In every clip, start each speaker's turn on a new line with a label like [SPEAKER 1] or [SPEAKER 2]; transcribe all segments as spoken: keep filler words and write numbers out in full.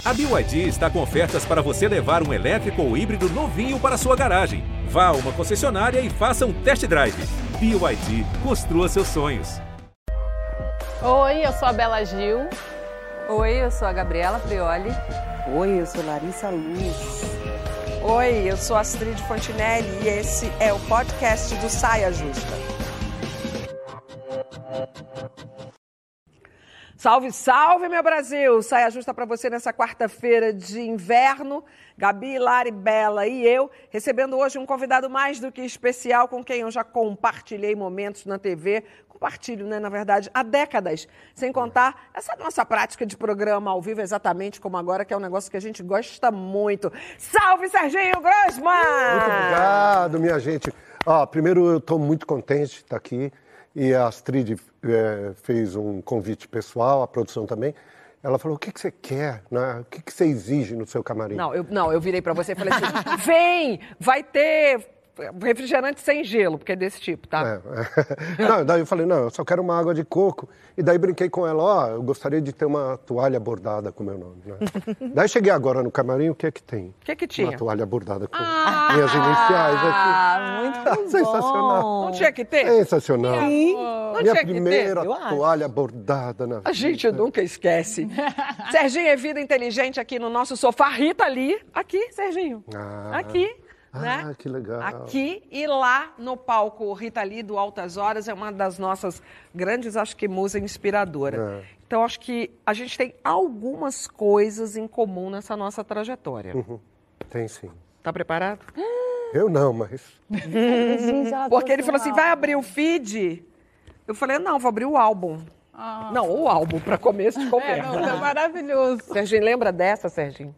[SPEAKER 1] A B Y D está com ofertas para você levar um elétrico ou híbrido novinho para sua garagem. Vá a uma concessionária e faça um test drive. B Y D, construa seus sonhos.
[SPEAKER 2] Oi, eu sou a Bela Gil.
[SPEAKER 3] Oi, eu sou a Gabriela Prioli.
[SPEAKER 4] Oi, eu sou Larissa Luz.
[SPEAKER 5] Oi, eu sou Astrid Fontinelli e esse é o podcast do Saia Justa. Salve, salve, meu Brasil! Saia Justa para você nessa quarta-feira de inverno. Gabi, Lari, Bela e eu, recebendo hoje um convidado mais do que especial, com quem eu já compartilhei momentos na T V. Compartilho, né, na verdade, há décadas. Sem contar essa nossa prática de programa ao vivo, exatamente como agora, que é um negócio que a gente gosta muito. Salve, Serginho Grossman!
[SPEAKER 6] Muito obrigado, minha gente. Ah, primeiro, eu estou muito contente de estar aqui. E a Astrid é, fez um convite pessoal, a produção também. Ela falou, o que, que você quer, né? O que, que você exige no seu camarim?
[SPEAKER 5] Não, eu, não, eu virei pra você e falei assim, vem, vai ter refrigerante sem gelo, porque é desse tipo, tá?
[SPEAKER 6] É, é. Não, daí eu falei, não, eu só quero uma água de coco. E daí brinquei com ela, ó, oh, eu gostaria de ter uma toalha bordada com o meu nome, né? Daí cheguei agora no camarim, o que é que tem?
[SPEAKER 5] O que é que tinha?
[SPEAKER 6] Uma toalha bordada com ah, minhas iniciais aqui.
[SPEAKER 3] Ah, muito
[SPEAKER 6] Sensacional.
[SPEAKER 3] bom.
[SPEAKER 5] Não tinha que ter?
[SPEAKER 6] Sensacional.
[SPEAKER 5] Sim. Não
[SPEAKER 6] Minha
[SPEAKER 5] tinha
[SPEAKER 6] primeira
[SPEAKER 5] que ter?
[SPEAKER 6] toalha bordada na vida.
[SPEAKER 5] A gente nunca esquece. Serginho é vida inteligente aqui no nosso sofá. Rita ali. Aqui, Serginho. Ah. Aqui. Né?
[SPEAKER 6] Ah, que legal.
[SPEAKER 5] Aqui e lá no palco Rita Lee do Altas Horas é uma das nossas grandes, acho que, musa inspiradora. É. Então, acho que a gente tem algumas coisas em comum nessa nossa trajetória.
[SPEAKER 6] Uhum. Tem sim.
[SPEAKER 5] Tá preparado?
[SPEAKER 6] Eu não, mas...
[SPEAKER 5] Porque ele falou assim, vai abrir o feed? Eu falei, não, vou abrir o álbum. Ah. Não, o álbum, para começo de conversa.
[SPEAKER 2] É, não, é maravilhoso.
[SPEAKER 5] Serginho, lembra dessa, Serginho?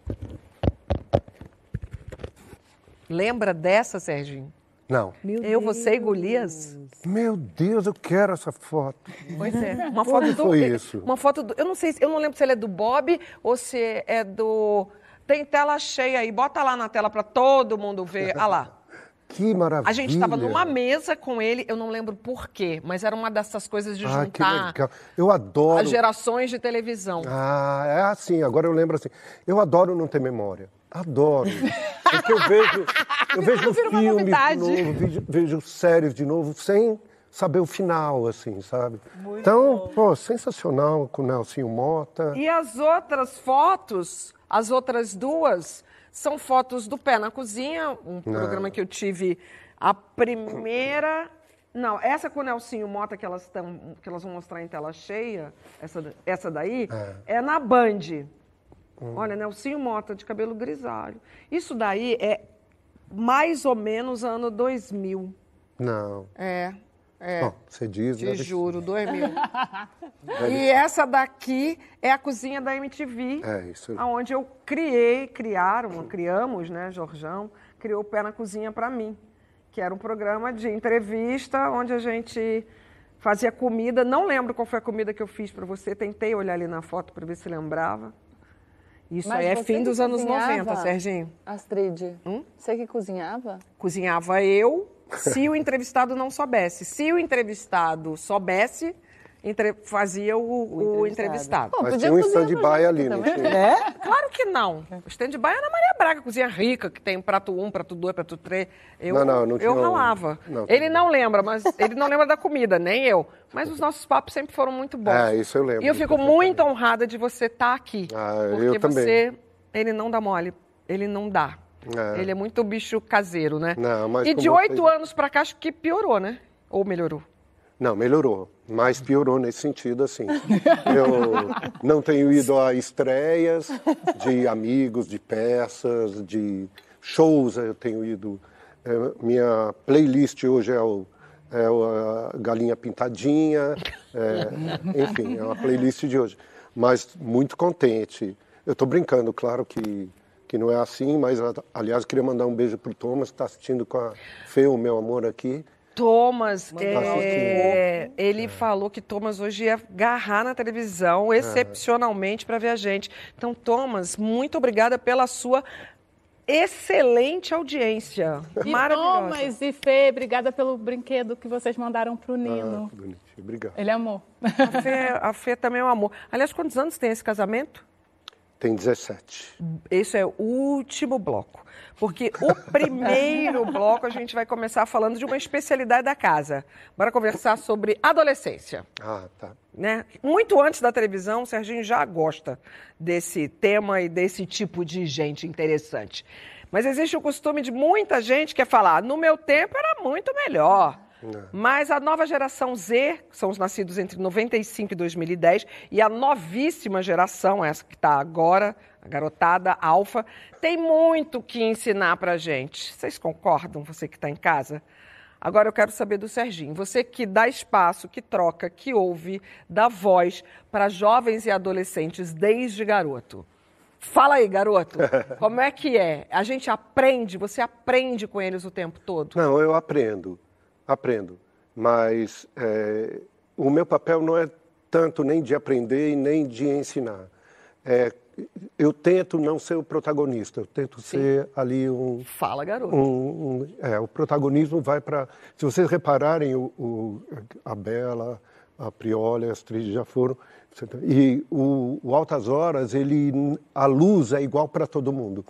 [SPEAKER 5] Lembra dessa, Serginho?
[SPEAKER 6] Não.
[SPEAKER 5] Meu eu, Deus. Você e Golias?
[SPEAKER 6] Meu Deus, eu quero essa foto.
[SPEAKER 5] Pois é. Uma foto
[SPEAKER 6] Onde
[SPEAKER 5] do,
[SPEAKER 6] foi isso?
[SPEAKER 5] Uma foto do... Eu não sei, eu não lembro se ele é do Bob ou se é do... Tem tela cheia aí, bota lá na tela para todo mundo ver. Ah lá.
[SPEAKER 6] Que maravilha.
[SPEAKER 5] A gente estava numa mesa com ele, eu não lembro por quê, mas era uma dessas coisas de
[SPEAKER 6] ah,
[SPEAKER 5] juntar...
[SPEAKER 6] Que legal. Eu adoro...
[SPEAKER 5] As gerações de televisão.
[SPEAKER 6] Ah, é assim, agora eu lembro assim. Eu adoro não ter memória. Adoro. Porque eu vejo, eu vejo filme de novo, vejo, vejo séries de novo, sem saber o final, assim, sabe? Muito então, bom. Pô, sensacional com o Nelsinho Mota.
[SPEAKER 5] E as outras fotos, as outras duas, são fotos do Pé na Cozinha, um programa que eu tive a primeira... Não, essa com o Nelsinho Mota, que elas, tão, que elas vão mostrar em tela cheia, essa, essa daí, é, é na Band. Hum. Olha, Nelsinho Mota, de cabelo grisalho. Isso daí é mais ou menos ano dois mil.
[SPEAKER 6] Não.
[SPEAKER 5] É, é.
[SPEAKER 6] Bom, você diz...
[SPEAKER 5] Te juro, dois mil. E essa daqui é a cozinha da M T V.
[SPEAKER 6] É, isso.
[SPEAKER 5] Onde eu criei, criaram, criamos, né, Jorjão, criou o Pé na Cozinha para mim. Que era um programa de entrevista, onde a gente fazia comida. Não lembro qual foi a comida que eu fiz para você. Tentei olhar ali na foto para ver se lembrava. Isso aí é fim dos anos noventa, Serginho.
[SPEAKER 3] Astrid, hum? Você que cozinhava?
[SPEAKER 5] Cozinhava eu, se o entrevistado não soubesse. Se o entrevistado soubesse, entre... fazia o, o, o entrevistado.
[SPEAKER 6] Pô, mas tinha um stand-by ali, não tinha?
[SPEAKER 5] É? Claro que não. O stand-by é na Maria Braga, cozinha rica, que tem prato um, prato dois, prato três. Eu,
[SPEAKER 6] não, não, não tinha.
[SPEAKER 5] Eu ralava. Não, ele não lembra, mas ele não lembra da comida, nem eu. Mas os nossos papos sempre foram muito bons.
[SPEAKER 6] É, isso eu lembro.
[SPEAKER 5] E eu fico muito honrada de você estar aqui.
[SPEAKER 6] Ah,
[SPEAKER 5] porque
[SPEAKER 6] eu também.
[SPEAKER 5] Você, ele não dá mole, ele não dá. É. Ele é muito bicho caseiro, né?
[SPEAKER 6] Não, mas
[SPEAKER 5] e de oito vocês... anos pra cá, acho que piorou, né? Ou melhorou?
[SPEAKER 6] Não, melhorou, mas piorou nesse sentido, assim. Eu não tenho ido a estreias de amigos, de peças, de shows, eu tenho ido... É, minha playlist hoje é o, é o a Galinha Pintadinha, é, enfim, é uma playlist de hoje. Mas muito contente. Eu estou brincando, claro que, que não é assim, mas, aliás, queria mandar um beijo para o Thomas, que está assistindo com a Fê, o meu amor aqui.
[SPEAKER 5] Thomas, é, ele é. falou que Thomas hoje ia agarrar na televisão excepcionalmente para ver a gente. Então, Thomas, muito obrigada pela sua excelente audiência.
[SPEAKER 2] E
[SPEAKER 5] maravilhosa.
[SPEAKER 2] Thomas e Fê, obrigada pelo brinquedo que vocês mandaram pro Nino.
[SPEAKER 6] Ah, bonitinho, obrigado.
[SPEAKER 2] Ele amou.
[SPEAKER 5] A Fê, a Fê também é um amor. Aliás, quantos anos tem esse casamento?
[SPEAKER 6] Tem dezessete.
[SPEAKER 5] Esse é o último bloco. Porque o primeiro bloco a gente vai começar falando de uma especialidade da casa. Bora conversar sobre adolescência.
[SPEAKER 6] Ah, tá.
[SPEAKER 5] Né? Muito antes da televisão, o Serginho já gosta desse tema e desse tipo de gente interessante. Mas existe o costume de muita gente que quer falar, no meu tempo era muito melhor. Não. Mas a nova geração Z, que são os nascidos entre noventa e cinco e dois mil e dez, e a novíssima geração, essa que está agora, a garotada alfa, tem muito que ensinar pra gente. Vocês concordam, você que está em casa? Agora eu quero saber do Serginho. Você que dá espaço, que troca, que ouve, dá voz para jovens e adolescentes desde garoto. Fala aí, garoto. Como é que é? A gente aprende, você aprende com eles o tempo todo?
[SPEAKER 6] Não, eu aprendo. Aprendo. Mas é, o meu papel não é tanto nem de aprender e nem de ensinar. É, eu tento não ser o protagonista, eu tento Sim. ser ali um...
[SPEAKER 5] Fala, garoto.
[SPEAKER 6] Um, um, é, o protagonismo vai para... Se vocês repararem, o, o, a Bela, a Prioli, as três já foram... E o, o Altas Horas, ele, a luz é igual para todo mundo.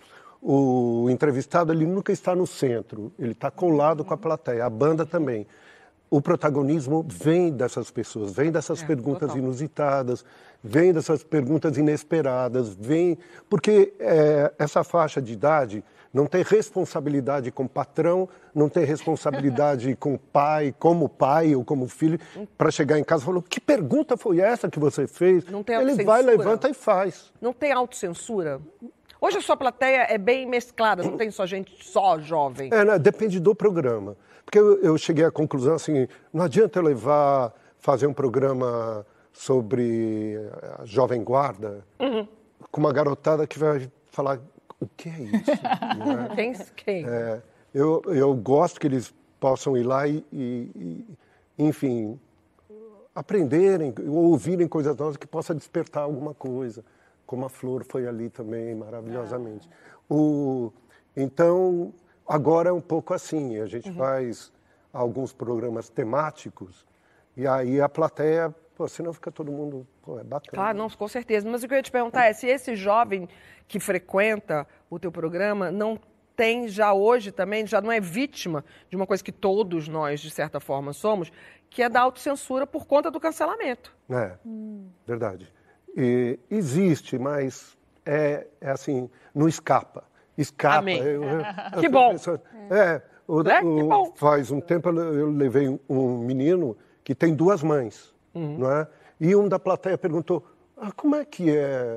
[SPEAKER 6] O entrevistado, ele nunca está no centro, ele está colado com a plateia, a banda também. O protagonismo vem dessas pessoas, vem dessas é, perguntas total. inusitadas, vem dessas perguntas inesperadas, vem... Porque é, essa faixa de idade não tem responsabilidade com o patrão, não tem responsabilidade com o pai, como pai ou como filho, para chegar em casa e falar, que pergunta foi essa que você fez?
[SPEAKER 5] Não tem
[SPEAKER 6] Ele vai, levanta e faz.
[SPEAKER 5] Não tem autocensura? Hoje a sua plateia é bem mesclada, não tem só gente só jovem.
[SPEAKER 6] É, né? Depende do programa. Porque eu, eu cheguei à conclusão assim, não adianta eu levar, fazer um programa sobre a Jovem Guarda uhum. com uma garotada que vai falar, o que é isso? Né?
[SPEAKER 5] Quem? Quem?
[SPEAKER 6] É, eu, eu gosto que eles possam ir lá e, e, e enfim, aprenderem, ouvirem coisas novas que possa despertar alguma coisa. Como a Flor foi ali também, maravilhosamente. O, então, agora é um pouco assim, a gente uhum. faz alguns programas temáticos e aí a plateia, pô, senão fica todo mundo, pô, é bacana.
[SPEAKER 5] Claro, não, com certeza. Mas o que eu ia te perguntar é se esse jovem que frequenta o teu programa não tem já hoje também, já não é vítima de uma coisa que todos nós, de certa forma, somos, que é da autocensura por conta do cancelamento.
[SPEAKER 6] É, hum. verdade. E existe, mas é, é assim, não escapa. Escapa.
[SPEAKER 5] Amém.
[SPEAKER 6] Eu, eu, eu
[SPEAKER 5] que bom.
[SPEAKER 6] Pensando, é, o,
[SPEAKER 5] é?
[SPEAKER 6] o,
[SPEAKER 5] que bom.
[SPEAKER 6] Faz um tempo eu levei um menino que tem duas mães, uhum. não é? E um da plateia perguntou, ah, como é que é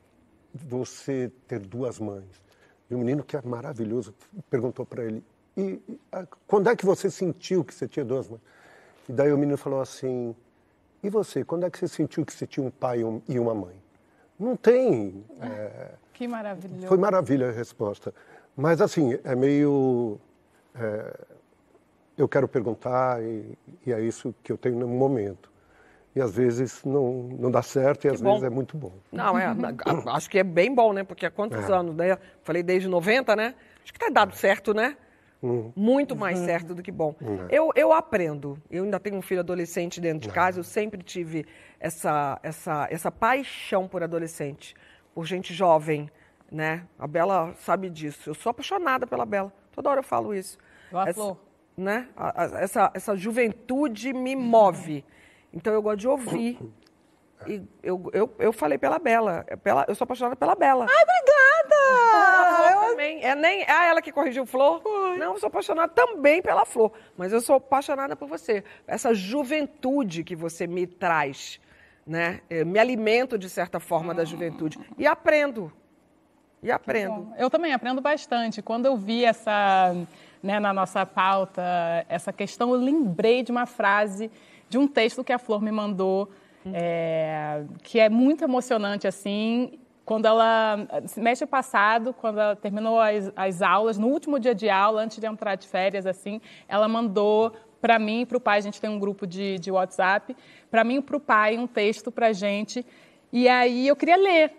[SPEAKER 6] você ter duas mães? E o menino, que é maravilhoso, perguntou para ele, e, e quando é que você sentiu que você tinha duas mães? E daí o menino falou assim... E você, quando é que você sentiu que você tinha um pai e uma mãe? Não tem. É...
[SPEAKER 2] Que maravilhoso.
[SPEAKER 6] Foi maravilha a resposta. Mas, assim, é meio... É... Eu quero perguntar e, e é isso que eu tenho no momento. E, às vezes, não, não dá certo e, às vezes, é muito bom.
[SPEAKER 5] Não, é, acho que é bem bom, né? Porque há quantos é. anos? Né? Falei desde noventa, né? Acho que tá dado certo, né? Uhum. Muito mais certo do que bom. Uhum. Eu, eu aprendo. Eu ainda tenho um filho adolescente dentro de casa. Eu sempre tive essa, essa, essa paixão por adolescente, por gente jovem, né? A Bela sabe disso. Eu sou apaixonada pela Bela. Toda hora eu falo isso. Essa, né? a, a, essa, essa juventude me move. Então eu gosto de ouvir. E eu, eu, eu falei pela Bela. Pela, eu sou apaixonada pela Bela.
[SPEAKER 3] Ai, obrigada!
[SPEAKER 5] Eu também. É nem ah, ela que corrigiu Flor? Foi. Não, eu sou apaixonada também pela Flor. Mas eu sou apaixonada por você. Essa juventude que você me traz, né? Eu me alimento, de certa forma, da juventude. E aprendo. E aprendo.
[SPEAKER 2] Eu também aprendo bastante. Quando eu vi essa, né, na nossa pauta, essa questão, eu lembrei de uma frase, de um texto que a Flor me mandou, É, que é muito emocionante, assim, quando ela, mês passado, quando ela terminou as, as aulas, no último dia de aula, antes de entrar de férias, assim, ela mandou para mim e para o pai, a gente tem um grupo de, de WhatsApp, para mim e para o pai, um texto para a gente, e aí eu queria ler,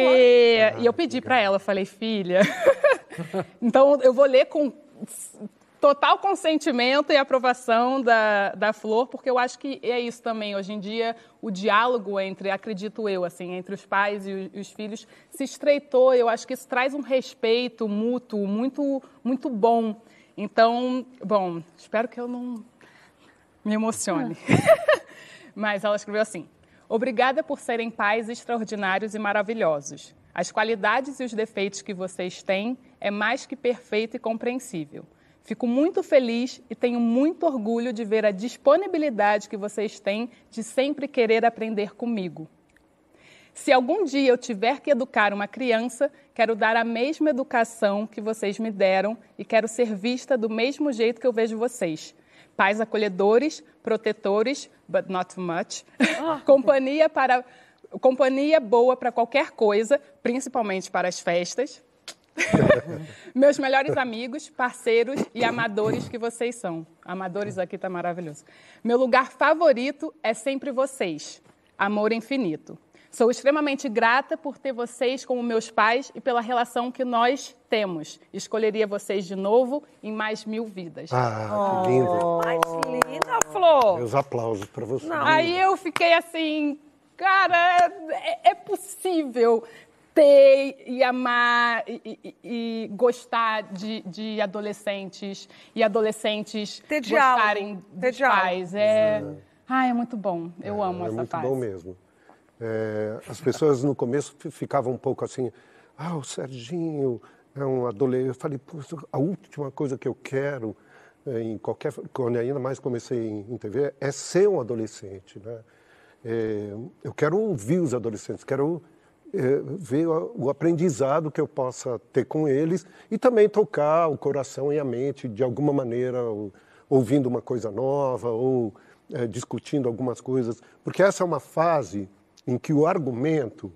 [SPEAKER 2] porque, ah, e eu pedi para ela, eu falei, filha, então eu vou ler com total consentimento e aprovação da, da Flor, porque eu acho que é isso também. Hoje em dia, o diálogo entre, acredito eu, assim, entre os pais e os, e os filhos se estreitou. Eu acho que isso traz um respeito mútuo muito, muito bom. Então, bom, espero que eu não me emocione. Mas ela escreveu assim: obrigada por serem pais extraordinários e maravilhosos. As qualidades e os defeitos que vocês têm é mais que perfeito e compreensível. Fico muito feliz e tenho muito orgulho de ver a disponibilidade que vocês têm de sempre querer aprender comigo. Se algum dia eu tiver que educar uma criança, quero dar a mesma educação que vocês me deram e quero ser vista do mesmo jeito que eu vejo vocês. Pais acolhedores, protetores, but not too much. companhia, para, companhia boa para qualquer coisa, principalmente para as festas. Meus melhores amigos, parceiros e amadores que vocês são. Amadores aqui tá maravilhoso. Meu lugar favorito é sempre vocês. Amor infinito. Sou extremamente grata por ter vocês como meus pais e pela relação que nós temos. Escolheria vocês de novo em mais mil vidas.
[SPEAKER 6] Ah, que lindo.
[SPEAKER 5] Mais linda, Flor.
[SPEAKER 6] Meus aplausos para você.
[SPEAKER 5] Não.
[SPEAKER 2] Aí eu fiquei assim, cara, é, é possível ter e amar e, e, e gostar de, de adolescentes e adolescentes
[SPEAKER 5] ter diálogo,
[SPEAKER 2] gostarem
[SPEAKER 5] ter
[SPEAKER 2] dos
[SPEAKER 5] diálogo.
[SPEAKER 2] pais. É, ai, é muito bom. Eu
[SPEAKER 6] É,
[SPEAKER 2] amo
[SPEAKER 6] é
[SPEAKER 2] essa
[SPEAKER 6] muito
[SPEAKER 2] fase.
[SPEAKER 6] bom mesmo. É, as pessoas no começo f- ficavam um pouco assim, ah, o Serginho é um adolescente. Eu falei, pô, a última coisa que eu quero, é, em qualquer, quando ainda mais comecei em, em T V, é ser um adolescente, né? É, eu quero ouvir os adolescentes, quero é, ver o, o aprendizado que eu possa ter com eles e também tocar o coração e a mente de alguma maneira, ou, ouvindo uma coisa nova ou é, discutindo algumas coisas, porque essa é uma fase em que o argumento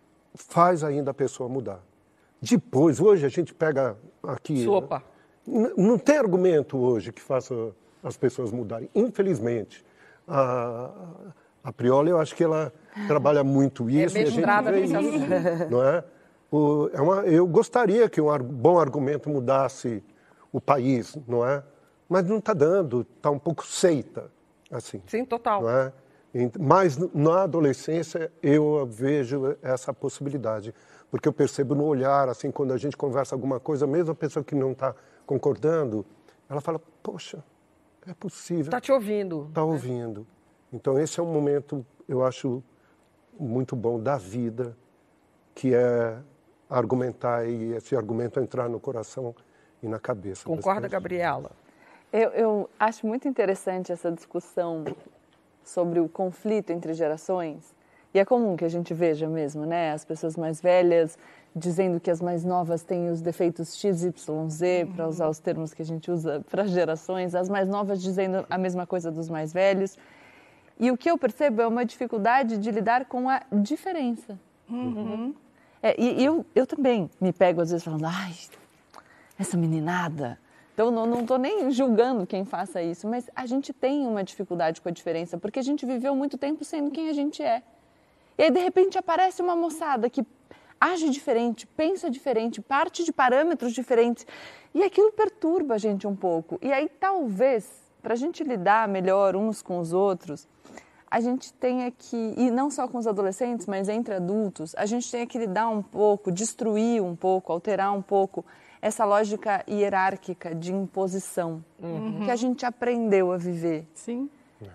[SPEAKER 6] faz ainda a pessoa mudar. Depois, hoje a gente pega aqui...
[SPEAKER 5] Sopa.
[SPEAKER 6] N- não tem argumento hoje que faça as pessoas mudarem, infelizmente. A, a Prioli, eu acho que ela trabalha muito isso.
[SPEAKER 5] É
[SPEAKER 6] e a gente
[SPEAKER 5] mestrada
[SPEAKER 6] vê
[SPEAKER 5] nesse
[SPEAKER 6] isso, não é? O, é uma, eu gostaria que um ar- bom argumento mudasse o país, não é? Mas não está dando, está um pouco seita, assim.
[SPEAKER 5] Sim, total.
[SPEAKER 6] Não é? Mas na adolescência eu vejo essa possibilidade, porque eu percebo no olhar, assim, quando a gente conversa alguma coisa, mesmo a pessoa que não está concordando, ela fala, poxa, é possível.
[SPEAKER 5] Está te ouvindo.
[SPEAKER 6] Está ouvindo. Então esse é um momento, eu acho, muito bom da vida, que é argumentar e esse argumento entrar no coração e na cabeça. das
[SPEAKER 5] Concorda,
[SPEAKER 6] pessoas.
[SPEAKER 5] Gabriela?
[SPEAKER 4] Eu, eu acho muito interessante essa discussão sobre o conflito entre gerações. E é comum que a gente veja mesmo, né? As pessoas mais velhas dizendo que as mais novas têm os defeitos X Y Z, para usar os termos que a gente usa para gerações. As mais novas dizendo a mesma coisa dos mais velhos. E o que eu percebo é uma dificuldade de lidar com a diferença.
[SPEAKER 2] Uhum.
[SPEAKER 4] É, e eu, eu também me pego às vezes falando, ai, essa meninada... Então, não estou nem julgando quem faça isso, mas a gente tem uma dificuldade com a diferença, porque a gente viveu muito tempo sendo quem a gente é. E aí, de repente, aparece uma moçada que age diferente, pensa diferente, parte de parâmetros diferentes, e aquilo perturba a gente um pouco. E aí, talvez, para a gente lidar melhor uns com os outros, a gente tenha que, e não só com os adolescentes, mas entre adultos, a gente tenha que lidar um pouco, destruir um pouco, alterar um pouco essa lógica hierárquica de imposição, uhum. que a gente aprendeu a viver.
[SPEAKER 2] Sim.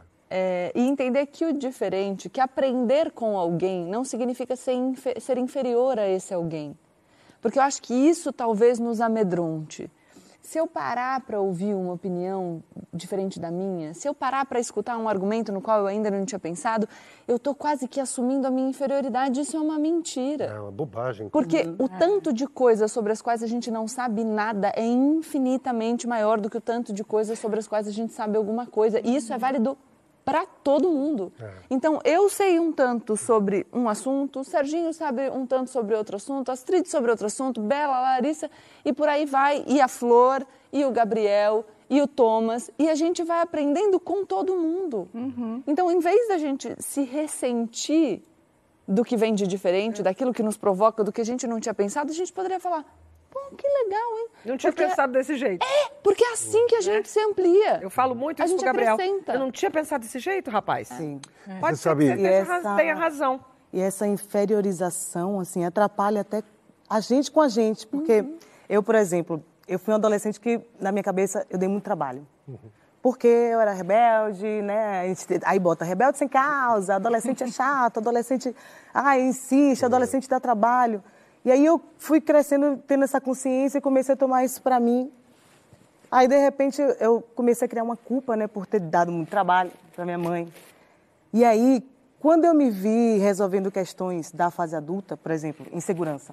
[SPEAKER 4] É, e entender que o diferente, que aprender com alguém não significa ser, infer- ser inferior a esse alguém. Porque eu acho que isso talvez nos amedronte. Se eu parar para ouvir uma opinião diferente da minha, se eu parar para escutar um argumento no qual eu ainda não tinha pensado, eu estou quase que assumindo a minha inferioridade. Isso é uma mentira.
[SPEAKER 6] É uma bobagem.
[SPEAKER 4] Porque uhum. o tanto de coisas sobre as quais a gente não sabe nada é infinitamente maior do que o tanto de coisas sobre as quais a gente sabe alguma coisa. E isso é válido para todo mundo. É. Então, eu sei um tanto sobre um assunto, o Serginho sabe um tanto sobre outro assunto, a Astrid sobre outro assunto, Bela, a Larissa, e por aí vai, e a Flor, e o Gabriel, e o Thomas, e a gente vai aprendendo com todo mundo. Uhum. Então, em vez da gente se ressentir do que vem de diferente, daquilo que nos provoca, do que a gente não tinha pensado, a gente poderia falar, Pô, que legal, hein?
[SPEAKER 5] Não tinha
[SPEAKER 4] porque...
[SPEAKER 5] pensado desse jeito.
[SPEAKER 4] É, porque é assim que a gente é. se amplia.
[SPEAKER 5] Eu falo muito
[SPEAKER 4] a
[SPEAKER 5] isso
[SPEAKER 4] gente
[SPEAKER 5] pro Gabriel.
[SPEAKER 4] Acrescenta.
[SPEAKER 5] Eu não tinha pensado desse jeito, rapaz.
[SPEAKER 3] Sim.
[SPEAKER 5] É. Pode
[SPEAKER 6] Você
[SPEAKER 5] ser
[SPEAKER 6] sabe...
[SPEAKER 5] que você tenha,
[SPEAKER 3] essa...
[SPEAKER 5] tenha razão.
[SPEAKER 3] E essa inferiorização, assim, atrapalha até a gente com a gente. Porque uhum. eu, por exemplo, eu fui um adolescente que, na minha cabeça, eu dei muito trabalho. Uhum. Porque eu era rebelde, né? Aí bota rebelde sem causa, adolescente é chato, adolescente ah, insiste, adolescente dá trabalho. E aí eu fui crescendo, tendo essa consciência e comecei a tomar isso pra mim. Aí, de repente, eu comecei a criar uma culpa, né? Por ter dado muito trabalho pra minha mãe. E aí, quando eu me vi resolvendo questões da fase adulta, por exemplo, insegurança,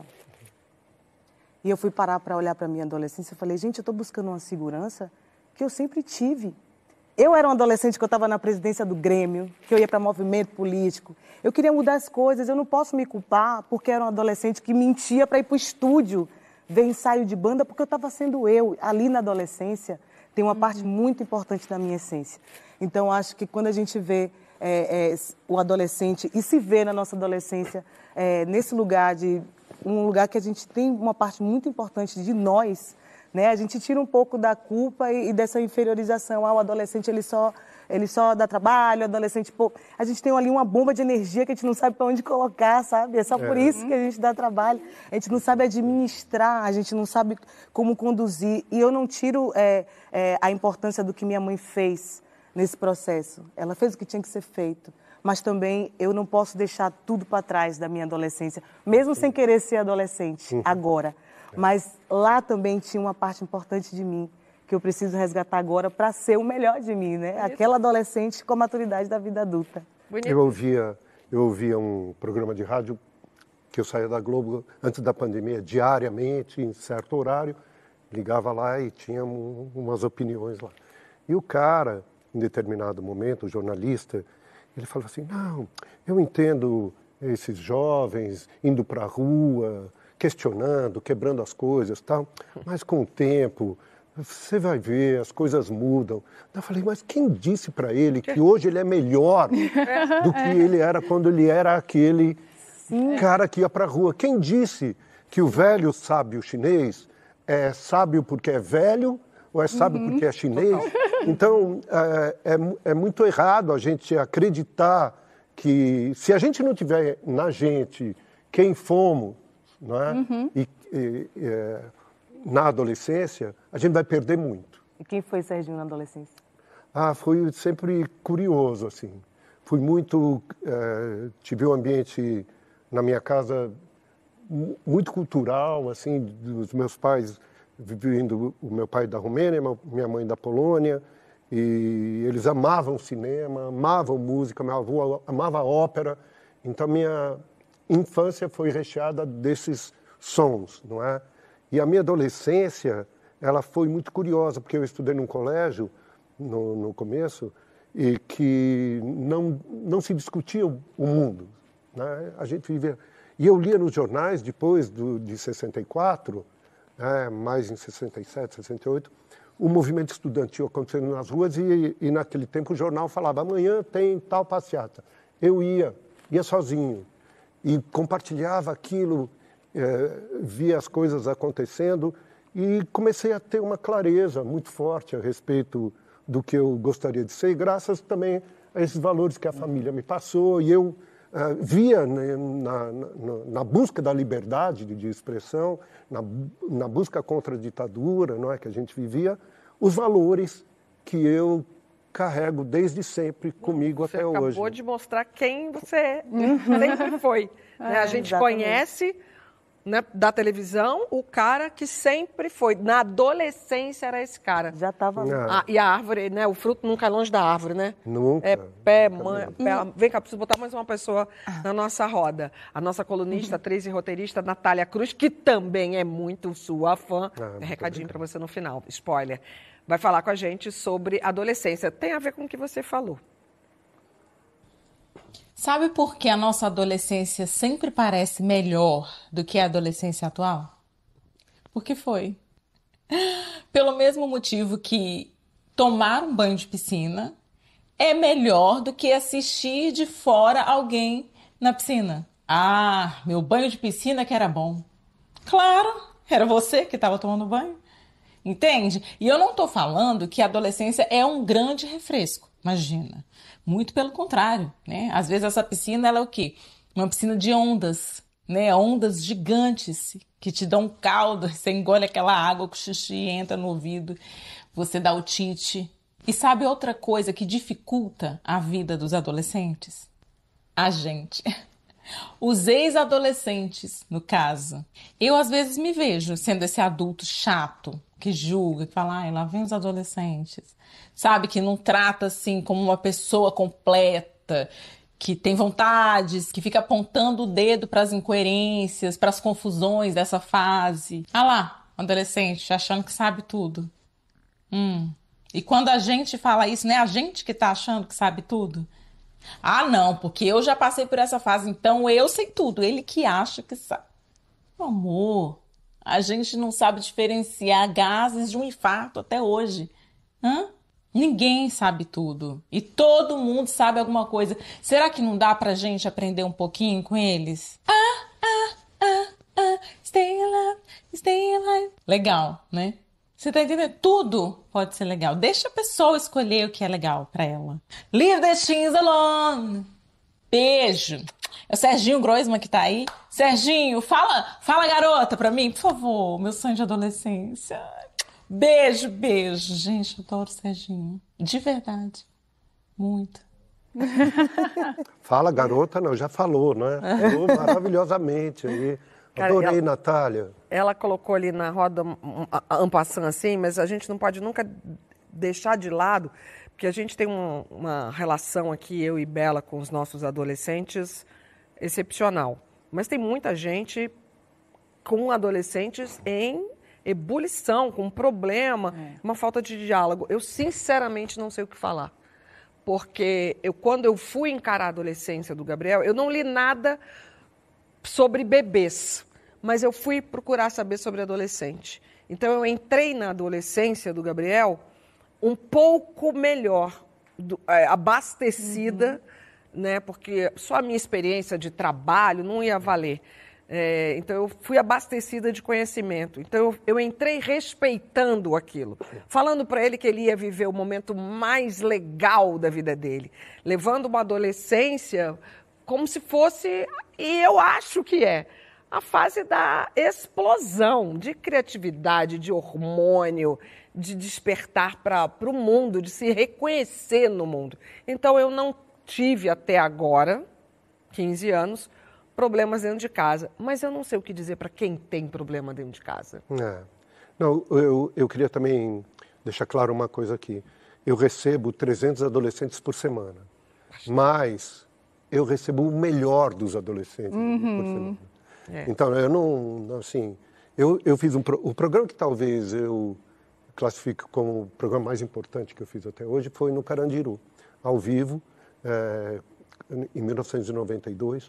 [SPEAKER 3] e eu fui parar para olhar para a minha adolescência e falei, gente, eu estou buscando uma segurança que eu sempre tive. Eu era um adolescente que eu estava na presidência do Grêmio, que eu ia para movimento político. Eu queria mudar as coisas, eu não posso me culpar porque era um adolescente que mentia para ir para o estúdio ver ensaio de banda, porque eu estava sendo eu. Ali na adolescência tem uma parte muito importante da minha essência. Então, acho que quando a gente vê é, é, o adolescente e se vê na nossa adolescência é, nesse lugar de... um lugar que a gente tem uma parte muito importante de nós, né? A gente tira um pouco da culpa e, e dessa inferiorização. Ah, o adolescente, ele só, ele só dá trabalho, o adolescente... Pô, a gente tem ali uma bomba de energia que a gente não sabe para onde colocar, sabe? É só por isso que a gente dá trabalho. A gente não sabe administrar, a gente não sabe como conduzir. E eu não tiro é, é, a importância do que minha mãe fez nesse processo. Ela fez o que tinha que ser feito. Mas também eu não posso deixar tudo para trás da minha adolescência, mesmo sem querer ser adolescente agora. Mas lá também tinha uma parte importante de mim que eu preciso resgatar agora para ser o melhor de mim, né? Aquela adolescente com a maturidade da vida adulta.
[SPEAKER 6] Eu ouvia, eu ouvia um programa de rádio que eu saía da Globo antes da pandemia, diariamente, em certo horário, ligava lá e tinha um, umas opiniões lá. E o cara, em determinado momento, o jornalista, ele falou assim, não, eu entendo esses jovens indo para a rua, questionando, quebrando as coisas, tal, mas com o tempo, você vai ver, as coisas mudam. Eu falei, mas quem disse para ele que hoje ele é melhor do que ele era quando ele era aquele Sim. cara que ia para a rua? Quem disse que o velho sábio chinês é sábio porque é velho ou é sábio uhum. porque é chinês? Total. Então, é, é, é muito errado a gente acreditar que se a gente não tiver na gente quem fomos, não é? Uhum. e, e, é, na adolescência, a gente vai perder muito.
[SPEAKER 3] E quem foi Serginho na adolescência?
[SPEAKER 6] Ah, foi sempre curioso, assim. Fui muito... É, tive um ambiente na minha casa muito cultural, assim, dos meus pais... vivendo o meu pai da Romênia, minha mãe da Polônia, e eles amavam cinema, amavam música, minha avó amava ópera, então minha infância foi recheada desses sons, não é? E a minha adolescência, ela foi muito curiosa, porque eu estudei num colégio, no, no começo, e que não, não se discutia o mundo, né? A gente vivia... E eu lia nos jornais, depois do, de sessenta e quatro... É, mais em sessenta e sete, sessenta e oito, o movimento estudantil acontecendo nas ruas e, e naquele tempo o jornal falava, amanhã tem tal passeata. Eu ia, ia sozinho e compartilhava aquilo, é, via as coisas acontecendo e comecei a ter uma clareza muito forte a respeito do que eu gostaria de ser, graças também a esses valores que a família me passou e eu Uh, via né, na, na, na busca da liberdade de, de expressão, na, na busca contra a ditadura, não é, que a gente vivia, os valores que eu carrego desde sempre comigo
[SPEAKER 5] você
[SPEAKER 6] até hoje.
[SPEAKER 5] Você acabou de mostrar quem você sempre foi. Né? A gente exatamente. Conhece... Né, da televisão, o cara que sempre foi. Na adolescência era esse cara.
[SPEAKER 3] Já estava
[SPEAKER 5] lá. Ah, e a árvore, né? O fruto nunca é longe da árvore, né?
[SPEAKER 6] Nunca.
[SPEAKER 5] É pé, mãe. Pé, vem cá, preciso botar mais uma pessoa na nossa roda. A nossa colunista, atriz e roteirista, Natália Cruz, que também é muito sua fã. Ah, é recadinho para você no final, spoiler. Vai falar com a gente sobre adolescência. Tem a ver com o que você falou.
[SPEAKER 7] Sabe por que a nossa adolescência sempre parece melhor do que a adolescência atual? Porque foi. Pelo mesmo motivo que tomar um banho de piscina é melhor do que assistir de fora alguém na piscina. Ah, meu banho de piscina que era bom. Claro, Era você que estava tomando banho. Entende? E eu não estou falando que a adolescência é um grande refresco, imagina. Muito pelo contrário, né? Às vezes essa piscina, ela é o quê? Uma piscina de ondas, né? Ondas gigantes que te dão um caldo, você engole aquela água, que o xixi entra no ouvido, você dá o tite. E sabe outra coisa que dificulta a vida dos adolescentes? A gente. Os ex-adolescentes, no caso. Eu, às vezes, me vejo sendo esse adulto chato, que julga, que fala, ai, lá vem os adolescentes. Sabe, que não trata, assim, como uma pessoa completa, que tem vontades, que fica apontando o dedo para as incoerências, para as confusões dessa fase. Ah lá, adolescente, achando que sabe tudo. Hum. E quando a gente fala isso, não é a gente que tá achando que sabe tudo? Ah, não, porque eu já passei por essa fase, então eu sei tudo. Ele que acha que sabe. Amor, a gente não sabe diferenciar gases de um infarto até hoje. Hã? Ninguém sabe tudo. E todo mundo sabe alguma coisa. Será que não dá pra gente aprender um pouquinho com eles? Ah, ah, ah, ah, stay alive, stay alive. Legal, né? Você tá entendendo? Tudo pode ser legal. Deixa a pessoa escolher o que é legal pra ela. Leave the things alone. Beijo. É o Serginho Groisman que tá aí. Serginho, fala, fala garota pra mim, por favor. Meu sonho de adolescência. Beijo, beijo. Gente, eu adoro o Serginho. De verdade. Muito.
[SPEAKER 6] Fala garota, não, já falou, né? Falou maravilhosamente aí. Adorei, ela, Natália.
[SPEAKER 5] Ela colocou ali na roda en passant assim, mas a gente não pode nunca deixar de lado, porque a gente tem um, uma relação aqui, eu e Bela, com os nossos adolescentes excepcional. Mas tem muita gente com adolescentes em ebulição, com problema, é. uma falta de diálogo. Eu, sinceramente, não sei o que falar. Porque eu, quando eu fui encarar a adolescência do Gabriel, eu não li nada sobre bebês, mas eu fui procurar saber sobre adolescente. Então, eu entrei na adolescência do Gabriel um pouco melhor, do, é, abastecida, uhum. né, porque só a minha experiência de trabalho não ia valer. É, então, eu fui abastecida de conhecimento. Então, eu, eu entrei respeitando aquilo, falando para ele que ele ia viver o momento mais legal da vida dele, levando uma adolescência como se fosse, e eu acho que é, a fase da explosão de criatividade, de hormônio, de despertar para o mundo, de se reconhecer no mundo. Então, eu não tive até agora, quinze anos, problemas dentro de casa. Mas eu não sei o que dizer para quem tem problema dentro de casa.
[SPEAKER 6] É. Não, eu, eu queria também deixar claro uma coisa aqui. Eu recebo trezentos adolescentes por semana, mas eu recebo o melhor dos adolescentes uhum. por semana. É. Então, eu não, assim, eu, eu fiz um, o programa que talvez eu classifique como o programa mais importante que eu fiz até hoje foi no Carandiru, ao vivo, é, em mil novecentos e noventa e dois,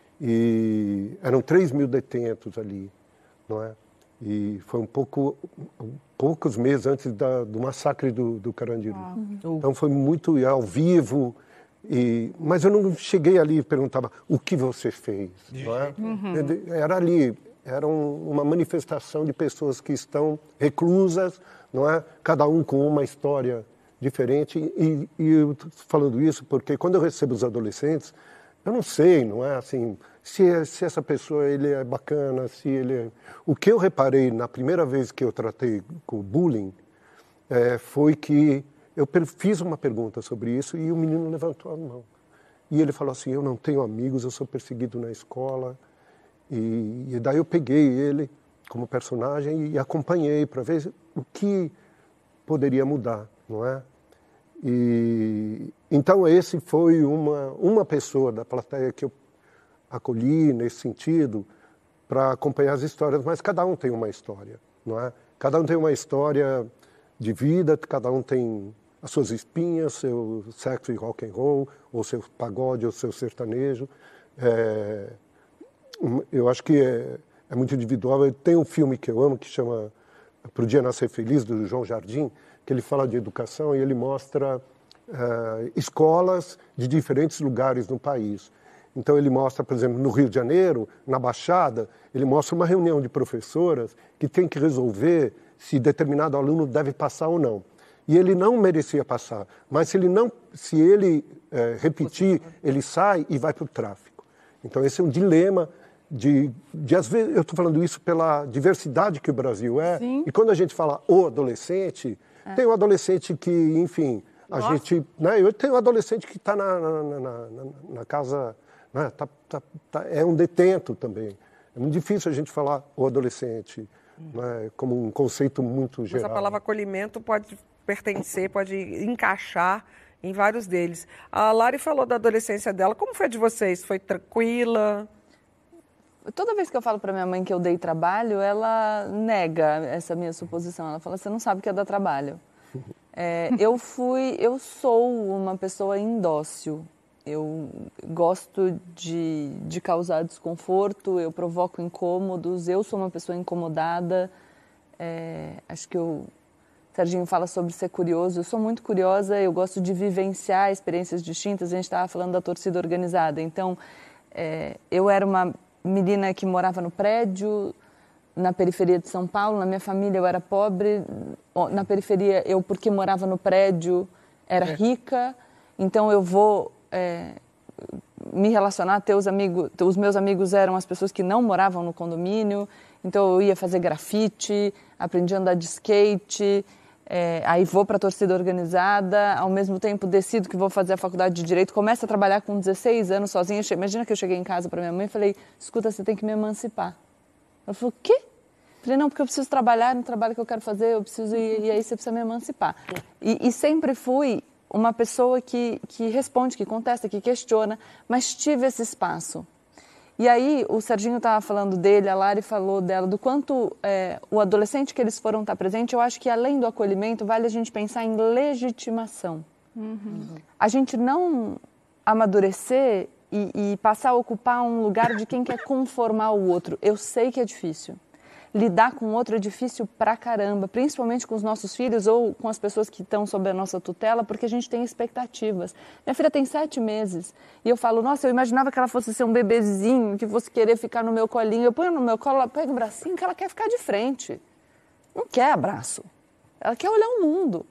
[SPEAKER 6] e eram três mil detentos ali, não é? E foi um pouco, um, poucos meses antes da, do massacre do, do Carandiru. Uhum. Então foi muito ao vivo, e, mas eu não cheguei ali e perguntava o que você fez, não é? Uhum. Era ali, era um, uma manifestação de pessoas que estão reclusas, não é? Cada um com uma história diferente, e, e eu estou falando isso porque quando eu recebo os adolescentes, eu não sei, não é assim, se, se essa pessoa ele é bacana, se ele é... O que eu reparei na primeira vez que eu tratei com o bullying é, foi que eu fiz uma pergunta sobre isso e o menino levantou a mão. E ele falou assim, eu não tenho amigos, eu sou perseguido na escola. E, e daí eu peguei ele como personagem e acompanhei para ver o que poderia mudar, não é? E, então, esse foi uma, uma pessoa da plateia que eu acolhi nesse sentido para acompanhar as histórias, mas cada um tem uma história, não é? Cada um tem uma história de vida, cada um tem as suas espinhas, seu sexo e rock and roll, ou seu pagode, ou seu sertanejo. É, eu acho que é, é muito individual. Tem um filme que eu amo que chama Pro Dia Nascer Feliz, do João Jardim, que ele fala de educação e ele mostra uh, escolas de diferentes lugares no país. Então ele mostra, por exemplo, no Rio de Janeiro, na Baixada, ele mostra uma reunião de professoras que tem que resolver se determinado aluno deve passar ou não. E ele não merecia passar, mas se ele, não, se ele é, repetir, ele sai e vai para o tráfico. Então esse é um dilema de, de às vezes, eu estou falando isso pela diversidade que o Brasil é, Sim. e quando a gente fala o adolescente, é. tem um adolescente que, enfim, a Nossa. gente, né, eu tenho um adolescente que está na, na, na, na, na casa, né, tá, tá, tá, é um detento também. É muito difícil a gente falar o adolescente, hum. né, como um conceito muito geral.
[SPEAKER 5] Mas a palavra acolhimento pode pertencer, pode encaixar em vários deles. A Lari falou da adolescência dela. Como foi a de vocês? Foi tranquila?
[SPEAKER 4] Toda vez que eu falo para minha mãe que eu dei trabalho, ela nega essa minha suposição. Ela fala, você não sabe o que é dar trabalho. É, eu fui, eu sou uma pessoa indócil. Eu gosto de, de causar desconforto, eu provoco incômodos, eu sou uma pessoa incomodada. É, acho que eu... Serginho fala sobre ser curioso, eu sou muito curiosa, eu gosto de vivenciar experiências distintas, a gente estava falando da torcida organizada, então é, eu era uma menina que morava no prédio, na periferia de São Paulo, na minha família eu era pobre, na periferia eu, porque morava no prédio, era rica, então eu vou é, me relacionar, ter os amigos, os meus amigos eram as pessoas que não moravam no condomínio, então eu ia fazer grafite, aprendi a andar de skate, é, aí vou para a torcida organizada, ao mesmo tempo decido que vou fazer a faculdade de Direito, começo a trabalhar com dezesseis anos sozinha. Imagina que eu cheguei em casa para minha mãe e falei, escuta, você tem que me emancipar. Ela falou, o quê? Eu falei, não, porque eu preciso trabalhar no trabalho que eu quero fazer, eu preciso ir, e aí você precisa me emancipar. E, e sempre fui uma pessoa que, que responde, que contesta, que questiona, mas tive esse espaço. E aí, o Serginho estava falando dele, a Lari falou dela, do quanto é, o adolescente que eles foram estar presente, eu acho que além do acolhimento, vale a gente pensar em legitimação. Uhum. A gente não amadurecer e, e passar a ocupar um lugar de quem quer conformar o outro. Eu sei que é difícil. Lidar com o outro é difícil pra caramba, principalmente com os nossos filhos ou com as pessoas que estão sob a nossa tutela, porque a gente tem expectativas. Minha filha tem sete meses e eu falo, nossa, eu imaginava que ela fosse ser um bebezinho, que fosse querer ficar no meu colinho. Eu ponho no meu colo, ela pega o bracinho, que ela quer ficar de frente. Não quer abraço. Ela quer olhar o mundo.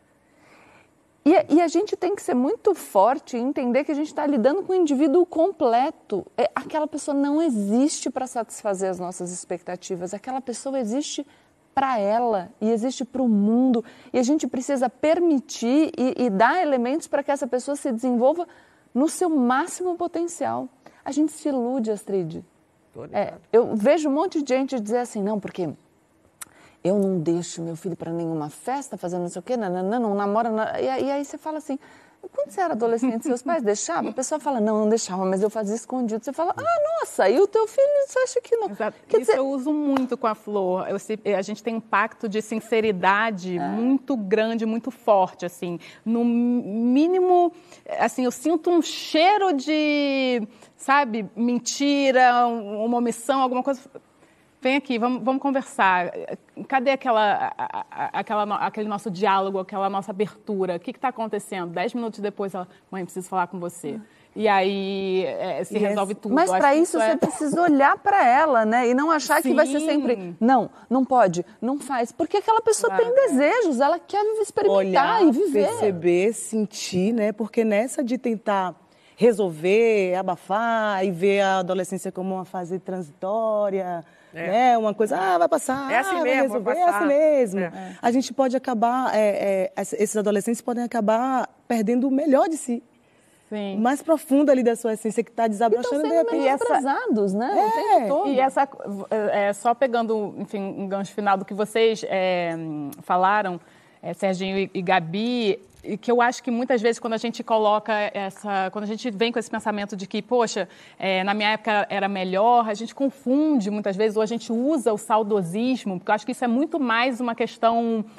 [SPEAKER 4] E, e a gente tem que ser muito forte e entender que a gente está lidando com um indivíduo completo. É, aquela pessoa não existe para satisfazer as nossas expectativas. Aquela pessoa existe para ela e existe para o mundo. E a gente precisa permitir e, e dar elementos para que essa pessoa se desenvolva no seu máximo potencial. A gente se ilude, Astrid. É, eu vejo um monte de gente dizer assim, não, porque... eu não deixo meu filho para nenhuma festa, fazendo não sei o quê, não, não, não namora. Não. E, e aí você fala assim, quando você era adolescente, seus pais deixavam? A pessoa fala, não, não deixava, mas eu fazia escondido. Você fala, ah, nossa, e o teu filho, você acha que não?
[SPEAKER 2] Exato.
[SPEAKER 4] Quer
[SPEAKER 2] Isso
[SPEAKER 4] dizer...
[SPEAKER 2] eu uso muito com a Flor. Eu, a gente tem um pacto de sinceridade é. muito grande, muito forte, assim. No mínimo, assim, eu sinto um cheiro de, sabe, mentira, uma omissão, alguma coisa... Vem aqui, vamos, vamos conversar. Cadê aquela, aquela, aquele nosso diálogo, aquela nossa abertura? O que está acontecendo? Dez minutos depois, ela, mãe, preciso falar com você. E aí é, se e resolve tudo.
[SPEAKER 4] Mas para isso, isso é... você precisa olhar para ela, né? E não achar Sim. que vai ser sempre, não, não pode, não faz. Porque aquela pessoa claro. tem desejos, ela quer experimentar
[SPEAKER 3] Olhar,
[SPEAKER 4] e viver.
[SPEAKER 3] Perceber, sentir, né? Porque nessa de tentar resolver, abafar e ver a adolescência como uma fase transitória... É. Né? Uma coisa, ah, vai passar,
[SPEAKER 5] é assim
[SPEAKER 3] ah,
[SPEAKER 5] mesmo,
[SPEAKER 3] vai resolver,
[SPEAKER 5] vai
[SPEAKER 3] é assim mesmo.
[SPEAKER 5] É.
[SPEAKER 3] A gente pode acabar, é, é, esses adolescentes podem acabar perdendo o melhor de si.
[SPEAKER 2] Sim.
[SPEAKER 3] O mais profundo ali da sua essência que está desabrochando.
[SPEAKER 4] E estão sendo menosprezados, né? É. O tempo todo.
[SPEAKER 2] E essa, é, só pegando, enfim, um gancho final do que vocês é, falaram, é, Serginho e, e Gabi... E que eu acho que muitas vezes quando a gente coloca essa... Quando a gente vem com esse pensamento de que, poxa, é, na minha época era melhor, a gente confunde muitas vezes, ou a gente usa o saudosismo, porque eu acho que isso é muito mais uma questão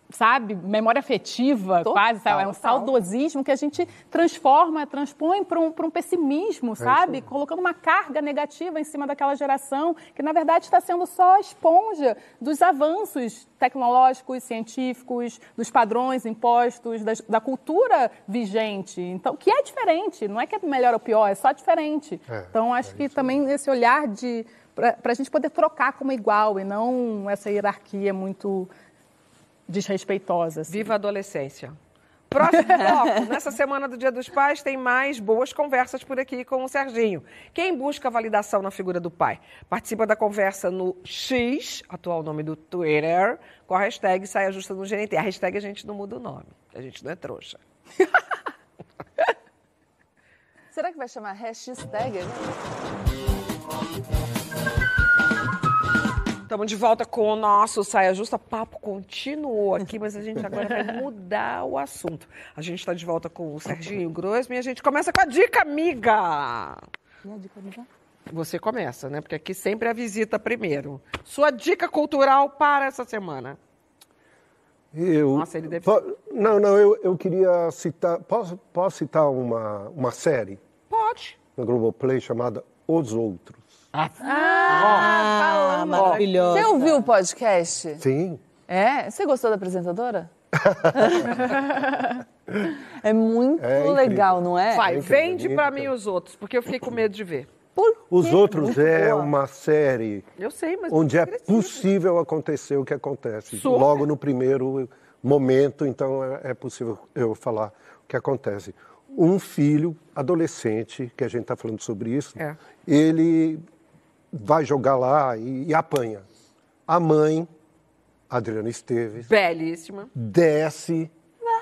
[SPEAKER 2] sabe, memória afetiva,
[SPEAKER 4] Total,
[SPEAKER 2] quase, sabe? É um
[SPEAKER 4] total.
[SPEAKER 2] saudosismo que a gente transforma, transpõe para um, para um pessimismo, sabe? Colocando uma carga negativa em cima daquela geração que, na verdade, está sendo só a esponja dos avanços tecnológicos, científicos, dos padrões impostos, das, da cultura vigente. Então, que é diferente, não é que é melhor ou pior, é só diferente.
[SPEAKER 6] É,
[SPEAKER 2] então, acho
[SPEAKER 6] é
[SPEAKER 2] que
[SPEAKER 6] isso
[SPEAKER 2] também esse olhar de para a gente poder trocar como igual e não essa hierarquia muito desrespeitosa. Assim.
[SPEAKER 5] Viva a adolescência. Próximo bloco. Nessa semana do Dia dos Pais tem mais boas conversas por aqui com o Serginho. Quem busca validação na figura do pai? Participa da conversa no X, atual nome do Twitter, com a hashtag Saia Justa no G N T. A hashtag a gente não muda o nome. A gente não é trouxa.
[SPEAKER 4] Será que vai chamar hashtag? Né?
[SPEAKER 5] Estamos de volta com o nosso Saia Justa. O papo continuou aqui, mas a gente agora vai mudar o assunto. A gente está de volta com o Serginho Groisman e a gente começa com a dica amiga.
[SPEAKER 3] E a dica amiga?
[SPEAKER 5] Você começa, né? Porque aqui sempre a visita primeiro. Sua dica cultural para essa semana.
[SPEAKER 6] Eu,
[SPEAKER 5] Nossa, ele deve
[SPEAKER 6] po- Não, não, eu, eu queria citar... Posso, posso citar uma, uma série
[SPEAKER 5] Pode.
[SPEAKER 6] na Globoplay chamada Os Outros?
[SPEAKER 3] Ah, maravilhosa.
[SPEAKER 4] Você ouviu o podcast?
[SPEAKER 6] Sim.
[SPEAKER 4] É? Você gostou da apresentadora? É muito
[SPEAKER 6] É incrível.
[SPEAKER 4] legal, não é?
[SPEAKER 5] Vai,
[SPEAKER 6] É incrível,
[SPEAKER 5] vende
[SPEAKER 6] é
[SPEAKER 5] para
[SPEAKER 6] incrível.
[SPEAKER 5] mim os outros, porque eu fiquei com medo de ver.
[SPEAKER 4] Por
[SPEAKER 6] Os
[SPEAKER 4] quê?
[SPEAKER 6] Outros
[SPEAKER 4] Muito
[SPEAKER 6] é
[SPEAKER 4] boa.
[SPEAKER 6] uma série
[SPEAKER 5] Eu sei, mas...
[SPEAKER 6] onde é
[SPEAKER 5] precisa.
[SPEAKER 6] possível acontecer o que acontece.
[SPEAKER 5] Super.
[SPEAKER 6] Logo no primeiro momento, então é, é possível eu falar o que acontece. Um filho adolescente, que a gente está falando sobre isso,
[SPEAKER 5] É.
[SPEAKER 6] ele vai jogar lá e, e apanha. A mãe, Adriana Esteves,
[SPEAKER 5] Belíssima.
[SPEAKER 6] desce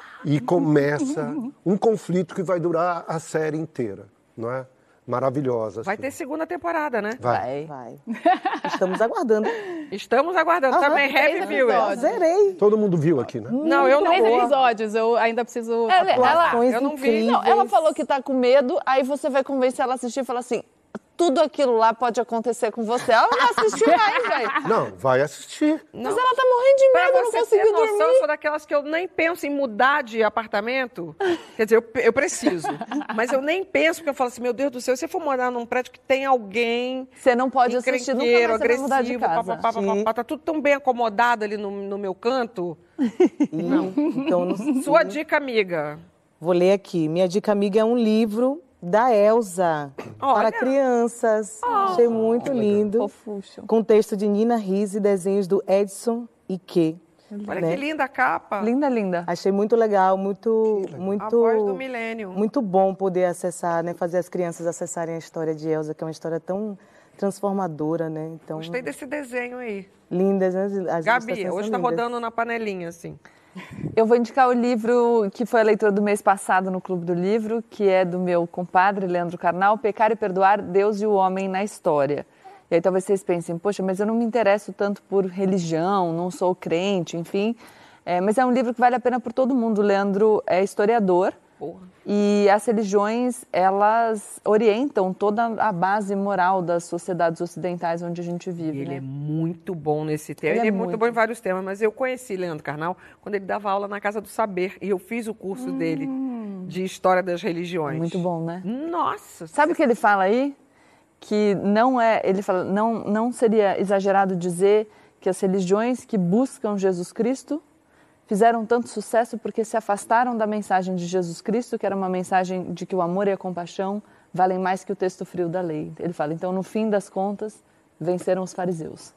[SPEAKER 6] e começa um conflito que vai durar a série inteira, não é? Maravilhosa.
[SPEAKER 5] Vai
[SPEAKER 6] assim.
[SPEAKER 5] ter segunda temporada, né?
[SPEAKER 6] Vai.
[SPEAKER 3] Vai. Estamos aguardando.
[SPEAKER 5] Estamos aguardando.
[SPEAKER 3] Aham,
[SPEAKER 5] Também
[SPEAKER 2] três
[SPEAKER 5] heavy viewers.
[SPEAKER 2] episódios.
[SPEAKER 3] Zerei.
[SPEAKER 6] Todo mundo viu aqui, né?
[SPEAKER 5] Não, eu não
[SPEAKER 2] Três
[SPEAKER 5] vou.
[SPEAKER 2] episódios, eu ainda preciso...
[SPEAKER 4] Ela, ela,
[SPEAKER 3] Atuações
[SPEAKER 5] eu não vi.
[SPEAKER 3] incríveis.
[SPEAKER 4] não, ela falou que tá com medo, aí você vai convencer ela a assistir e fala assim, tudo aquilo lá pode acontecer com você. Ela não assistiu mais, velho.
[SPEAKER 6] Não, vai assistir.
[SPEAKER 5] Não.
[SPEAKER 4] Mas ela tá morrendo de
[SPEAKER 5] Pra
[SPEAKER 4] medo, não
[SPEAKER 5] você ter
[SPEAKER 4] conseguiu
[SPEAKER 5] noção,
[SPEAKER 4] dormir.
[SPEAKER 5] eu sou daquelas que eu nem penso em mudar de apartamento. Quer dizer, eu, eu preciso. Mas eu nem penso, porque eu falo assim, meu Deus do céu, se eu for morar num prédio que tem alguém
[SPEAKER 4] Você não pode assistir, nunca mais
[SPEAKER 5] encrenqueiro,
[SPEAKER 4] você vai mudar de
[SPEAKER 5] agressivo,
[SPEAKER 4] casa.
[SPEAKER 5] papapá, papapá, tá tudo tão bem acomodado ali no, no meu canto.
[SPEAKER 3] Não. Então, não-
[SPEAKER 5] Sua dica, amiga.
[SPEAKER 3] vou ler aqui. Minha dica amiga é um livro da Elsa
[SPEAKER 5] Olha.
[SPEAKER 3] para crianças. Achei muito lindo.
[SPEAKER 4] Fofuxo.
[SPEAKER 3] Com texto de Nina Risse e desenhos do Edson Ike.
[SPEAKER 5] Olha
[SPEAKER 3] né?
[SPEAKER 5] que linda a capa.
[SPEAKER 4] Linda, linda.
[SPEAKER 3] Achei muito legal, muito, muito,
[SPEAKER 5] A voz do milênio.
[SPEAKER 3] muito bom poder acessar, né, fazer as crianças acessarem a história de Elsa, que é uma história tão transformadora, né? Então,
[SPEAKER 5] Gostei desse desenho aí.
[SPEAKER 3] lindas, né? As
[SPEAKER 5] Gabi,
[SPEAKER 3] ilustrações
[SPEAKER 5] hoje
[SPEAKER 3] são
[SPEAKER 5] tá
[SPEAKER 3] lindas.
[SPEAKER 5] rodando na panelinha, assim.
[SPEAKER 4] Eu vou indicar o livro que foi a leitura do mês passado no Clube do Livro, que é do meu compadre, Leandro Carnal, Pecar e Perdoar, Deus e o Homem na História. E aí talvez vocês pensem, poxa, mas eu não me interesso tanto por religião, não sou crente, enfim. É, mas é um livro que vale a pena por todo mundo. O Leandro é historiador.
[SPEAKER 5] Porra.
[SPEAKER 4] E as religiões, elas orientam toda a base moral das sociedades ocidentais onde a gente vive,
[SPEAKER 5] Ele
[SPEAKER 4] né?
[SPEAKER 5] é muito bom nesse tema.
[SPEAKER 4] Ele
[SPEAKER 5] Ele,
[SPEAKER 4] é
[SPEAKER 5] é muito,
[SPEAKER 4] muito.
[SPEAKER 5] bom em vários temas, mas eu conheci Leandro Carnal quando ele dava aula na Casa do Saber. E eu fiz o curso dele de História das Religiões.
[SPEAKER 4] Muito bom, né?
[SPEAKER 5] Nossa!
[SPEAKER 4] Sabe o que ele fala aí? Que não é, ele fala, não, não seria exagerado dizer que as religiões que buscam Jesus Cristo fizeram tanto sucesso porque se afastaram da mensagem de Jesus Cristo, que era uma mensagem de que o amor e a compaixão valem mais que o texto frio da lei. Ele fala, então, no fim das contas, venceram os fariseus.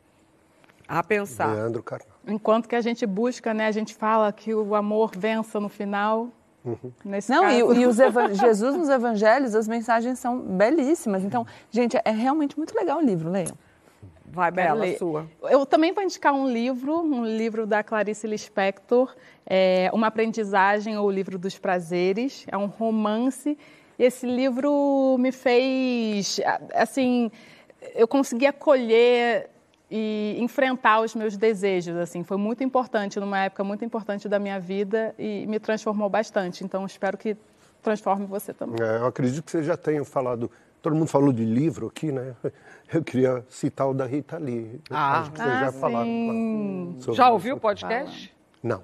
[SPEAKER 5] A pensar.
[SPEAKER 6] Leandro Carnal.
[SPEAKER 2] Enquanto que a gente busca, né, a gente fala que o amor vença no final. Nesse
[SPEAKER 4] Não,
[SPEAKER 2] caso...
[SPEAKER 4] e, e os evan- Jesus nos evangelhos, as mensagens são belíssimas. Então, gente, é realmente muito legal o livro, leiam.
[SPEAKER 5] Vai,
[SPEAKER 2] Quero
[SPEAKER 5] Bela,
[SPEAKER 2] ler.
[SPEAKER 5] sua.
[SPEAKER 2] Eu também vou indicar um livro, um livro da Clarice Lispector, é, Uma Aprendizagem ou o Livro dos Prazeres. É um romance. E esse livro me fez, assim, eu consegui acolher e enfrentar os meus desejos, assim. Foi muito importante, numa época muito importante da minha vida e me transformou bastante. Então, espero que transforme você também.
[SPEAKER 6] É, eu acredito que você já tenha falado. Todo mundo falou de livro aqui, né? Eu queria citar o da Rita Lee.
[SPEAKER 5] Ah.
[SPEAKER 6] Acho que vocês já
[SPEAKER 2] Ah,
[SPEAKER 6] falaram.
[SPEAKER 2] sim.
[SPEAKER 6] lá sobre
[SPEAKER 5] Já
[SPEAKER 6] isso.
[SPEAKER 5] ouviu o podcast?
[SPEAKER 6] Não.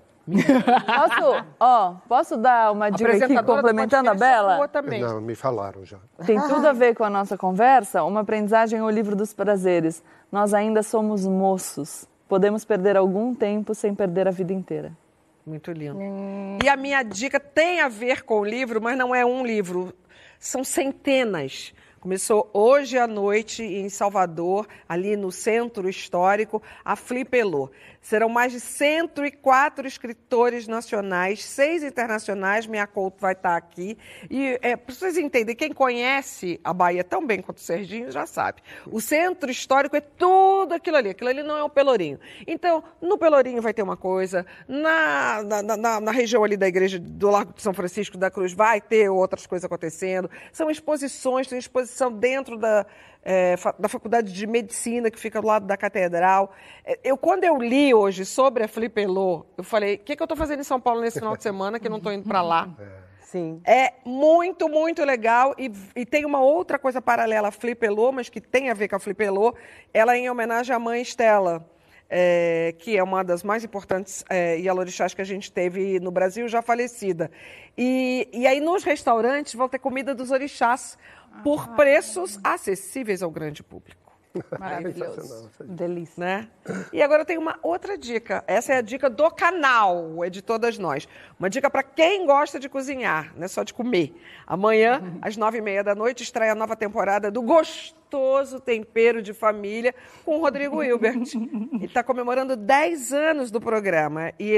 [SPEAKER 4] Posso, ó, posso dar uma dica aqui, complementando a Bela?
[SPEAKER 5] Também.
[SPEAKER 6] Não, me falaram já.
[SPEAKER 4] Tem tudo a ver com a nossa conversa. Uma aprendizagem ao livro dos prazeres. Nós ainda somos moços. Podemos perder algum tempo sem perder a vida inteira.
[SPEAKER 5] Muito lindo. Hum. E a minha dica tem a ver com o livro, mas não é um livro. São centenas. Começou hoje à noite em Salvador, ali no Centro Histórico, a Flipelô. Serão mais de cento e quatro escritores nacionais, seis internacionais, Minha Couto vai estar aqui. E é, para vocês entenderem, quem conhece a Bahia tão bem quanto o Serginho já sabe. O Centro Histórico é tudo aquilo ali, aquilo ali não é um Pelourinho. Então, no Pelourinho vai ter uma coisa, na, na, na, na região ali da igreja do Largo de São Francisco da Cruz vai ter outras coisas acontecendo. São exposições, tem exposição dentro da, é, da Faculdade de Medicina, que fica do lado da Catedral. Eu, quando eu li hoje sobre a Flipelô, eu falei, o que, que eu estou fazendo em São Paulo nesse final de semana, que eu não estou indo para lá?
[SPEAKER 3] Sim.
[SPEAKER 5] É muito, muito legal. E, e tem uma outra coisa paralela à Flipelô, mas que tem a ver com a Flipelô. Ela é em homenagem à mãe Estela, é, que é uma das mais importantes é, ialorixás que a gente teve no Brasil, já falecida. E, e aí, nos restaurantes, vão ter comida dos orixás por preços acessíveis ao grande público.
[SPEAKER 4] Maravilhoso. Delícia.
[SPEAKER 5] Né? E agora eu tenho uma outra dica. Essa é a dica do canal, é de todas nós. Uma dica para quem gosta de cozinhar, não é só de comer. Amanhã, uhum. às nove e meia da noite, estreia a nova temporada do Gostoso Tempero de Família com o Rodrigo Hilbert. Ele está comemorando dez anos do programa. E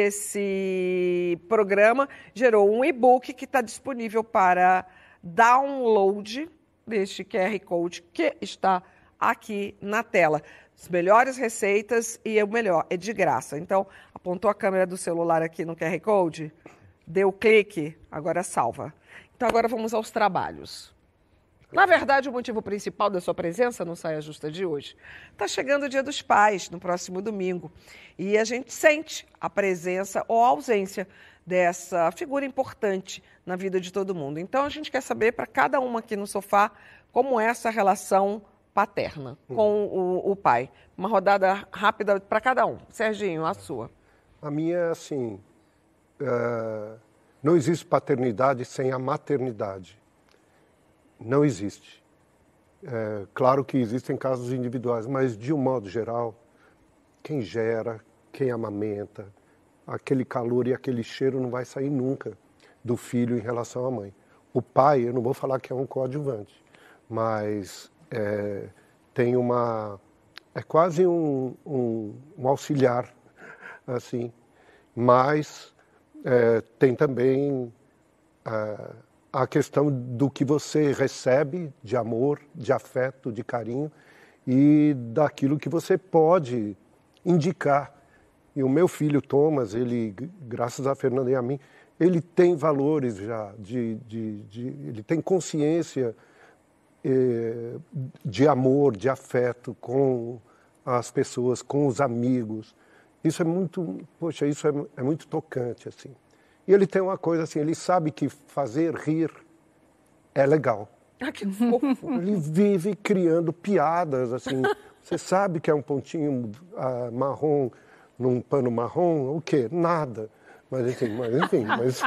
[SPEAKER 5] esse programa gerou um e-book que está disponível para download deste Q R Code que está aqui na tela. As melhores receitas e o melhor, é de graça. Então, apontou a câmera do celular aqui no Q R Code, deu clique, agora salva. Então, agora vamos aos trabalhos. Na verdade, o motivo principal da sua presença no Saia Justa de hoje está chegando o Dia dos Pais, no próximo domingo. E a gente sente a presença ou a ausência dessa figura importante na vida de todo mundo. Então, a gente quer saber, para cada uma aqui no sofá, como é essa relação paterna com o, o pai. Uma rodada rápida para cada um. Serginho, a sua.
[SPEAKER 6] A minha é assim, uh, não existe paternidade sem a maternidade. Não existe. É, claro que existem casos individuais, mas de um modo geral, quem gera, quem amamenta, aquele calor e aquele cheiro não vai sair nunca do filho em relação à mãe. O pai, eu não vou falar que é um coadjuvante, mas é, tem uma... é quase um, um, um auxiliar, assim, mas é, tem também é, a questão do que você recebe de amor, de afeto, de carinho e daquilo que você pode indicar. E o meu filho Thomas, ele, graças a Fernanda e a mim, ele tem valores já, de, de, de, ele tem consciência eh, de amor, de afeto com as pessoas, com os amigos. Isso é muito, poxa, isso é, é muito tocante, assim. E ele tem uma coisa assim, ele sabe que fazer rir é legal.
[SPEAKER 5] Ah, que fofo.
[SPEAKER 6] Ele vive criando piadas, assim. Você sabe que é um pontinho uh, marrom num pano marrom? O quê? Nada. Mas enfim, mas, enfim, mas...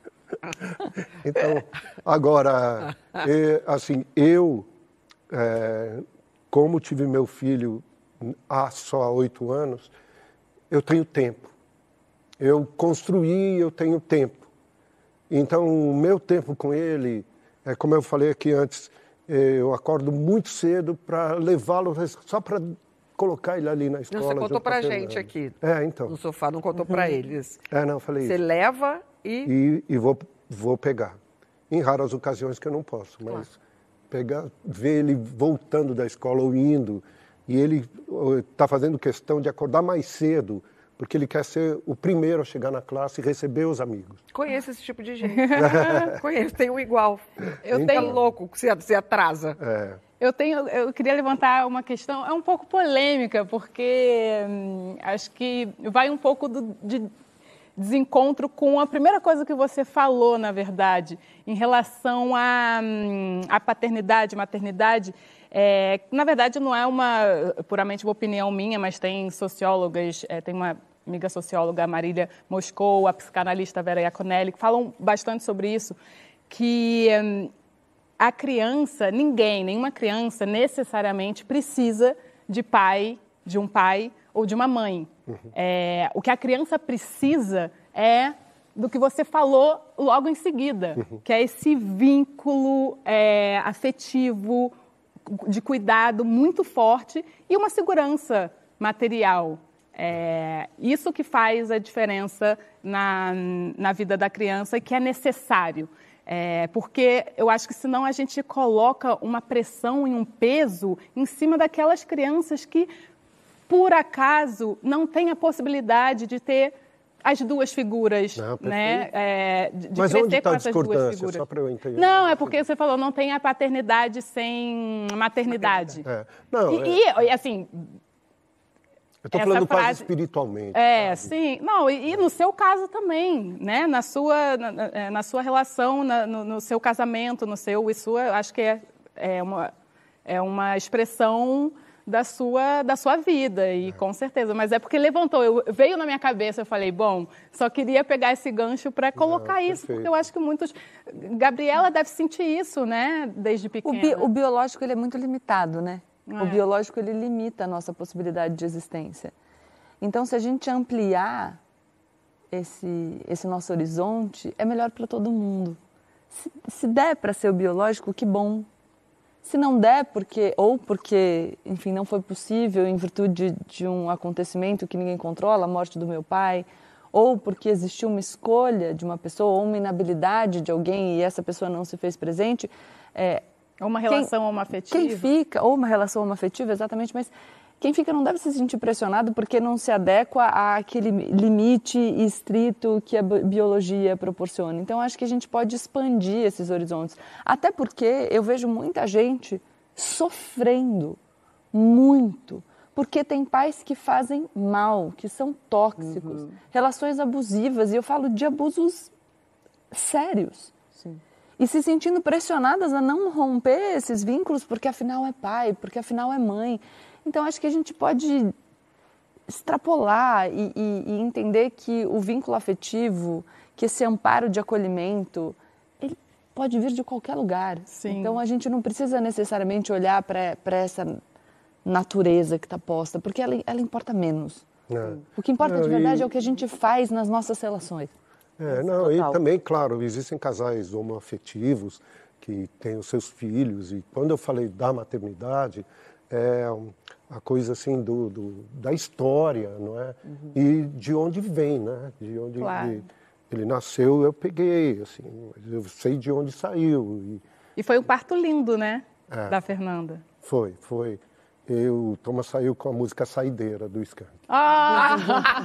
[SPEAKER 6] Então, agora, é, assim, eu, é, como tive meu filho há só oito anos, eu tenho tempo. Eu construí, eu tenho tempo. Então, o meu tempo com ele, é como eu falei aqui antes, eu acordo muito cedo para levá-lo, só para colocar ele ali na escola.
[SPEAKER 5] Você contou para a gente aqui,
[SPEAKER 6] é, então.
[SPEAKER 5] no sofá, não contou para eles.
[SPEAKER 6] É, não, falei
[SPEAKER 5] Você
[SPEAKER 6] isso.
[SPEAKER 5] leva e...
[SPEAKER 6] E, e vou, vou pegar. Em raras ocasiões que eu não posso, mas claro. Pegar, ver ele voltando da escola ou indo, e ele está fazendo questão de acordar mais cedo, porque ele quer ser o primeiro a chegar na classe e receber os amigos.
[SPEAKER 5] Conheço esse tipo de gente. Conheço, tem um igual.
[SPEAKER 2] Eu
[SPEAKER 5] então,
[SPEAKER 2] tenho...
[SPEAKER 5] é louco que você atrasa.
[SPEAKER 6] É.
[SPEAKER 2] Eu, tenho, eu queria levantar uma questão, é um pouco polêmica, porque hum, acho que vai um pouco do, de desencontro com a primeira coisa que você falou, na verdade, em relação à hum, à paternidade, maternidade. É, na verdade, não é uma puramente uma opinião minha, mas tem sociólogas, é, tem uma amiga socióloga Marília Moscou, a psicanalista Vera Iaconelli, que falam bastante sobre isso, que hum, a criança, ninguém, nenhuma criança necessariamente precisa de pai, de um pai ou de uma mãe. Uhum. É, o que a criança precisa é do que você falou logo em seguida, uhum. que é esse vínculo é, afetivo, de cuidado muito forte e uma segurança material. É, isso que faz a diferença na, na vida da criança e que é necessário. É, porque eu acho que senão a gente coloca uma pressão e um peso em cima daquelas crianças que, por acaso, não têm a possibilidade de ter as duas figuras, não, né? É, de
[SPEAKER 6] Mas
[SPEAKER 2] crescer
[SPEAKER 6] onde está
[SPEAKER 2] com
[SPEAKER 6] a
[SPEAKER 2] essas duas
[SPEAKER 6] discordância?
[SPEAKER 2] figuras.
[SPEAKER 6] Só para eu entender.
[SPEAKER 2] Não, é porque você falou, não tem a paternidade sem maternidade.
[SPEAKER 6] É. Não,
[SPEAKER 2] e,
[SPEAKER 6] é...
[SPEAKER 2] e, assim...
[SPEAKER 6] Eu estou falando frase... quase espiritualmente.
[SPEAKER 2] É,
[SPEAKER 6] sabe?
[SPEAKER 2] sim. Não, e, e no seu caso também, né? Na sua, na, na sua relação, na, no, no seu casamento, no seu... Isso eu acho que é, é, uma, é uma expressão da sua, da sua vida, e é. com certeza. Mas é porque levantou, eu, veio na minha cabeça, eu falei, bom, só queria pegar esse gancho para colocar Não, isso, porque eu acho que muitos... Gabriela deve sentir isso, né? Desde pequena.
[SPEAKER 4] O, bi, o biológico, ele é muito limitado, né? É. O biológico, ele limita a nossa possibilidade de existência. Então, se a gente ampliar esse, esse nosso horizonte, é melhor para todo mundo. Se, se der para ser o biológico, que bom. Se não der, porque, ou porque, enfim, não foi possível em virtude de, de um acontecimento que ninguém controla, a morte do meu pai, ou porque existiu uma escolha de uma pessoa, ou uma inabilidade de alguém e essa pessoa não se fez presente... É,
[SPEAKER 2] Ou uma relação
[SPEAKER 4] quem,
[SPEAKER 2] homoafetiva.
[SPEAKER 4] Quem fica, ou uma relação homoafetiva, exatamente, mas quem fica não deve se sentir pressionado porque não se adequa àquele limite estrito que a biologia proporciona. Então, acho que a gente pode expandir esses horizontes. Até porque eu vejo muita gente sofrendo muito, porque tem pais que fazem mal, que são tóxicos, uhum. relações abusivas, e eu falo de abusos sérios. Sim. E se sentindo pressionadas a não romper esses vínculos porque afinal é pai, porque afinal é mãe. Então, acho que a gente pode extrapolar e, e, e entender que o vínculo afetivo, que esse amparo de acolhimento, ele pode vir de qualquer lugar. Sim. Então, a gente não precisa necessariamente olhar para essa natureza que está posta, porque ela, ela importa menos. É. O que importa não, de verdade e... é o que a gente faz nas nossas relações.
[SPEAKER 6] É, não, e também, claro, existem casais homoafetivos que têm os seus filhos, e quando eu falei da maternidade, é a coisa assim do, do, da história, não é? Uhum. E de onde vem, né? De onde claro. ele, ele nasceu, eu peguei, assim, eu sei de onde saiu. E,
[SPEAKER 2] e foi um parto lindo, né? É, da Fernanda.
[SPEAKER 6] Foi, foi. Eu, o Thomas saiu com a música Saideira, do Skank.
[SPEAKER 4] Ah!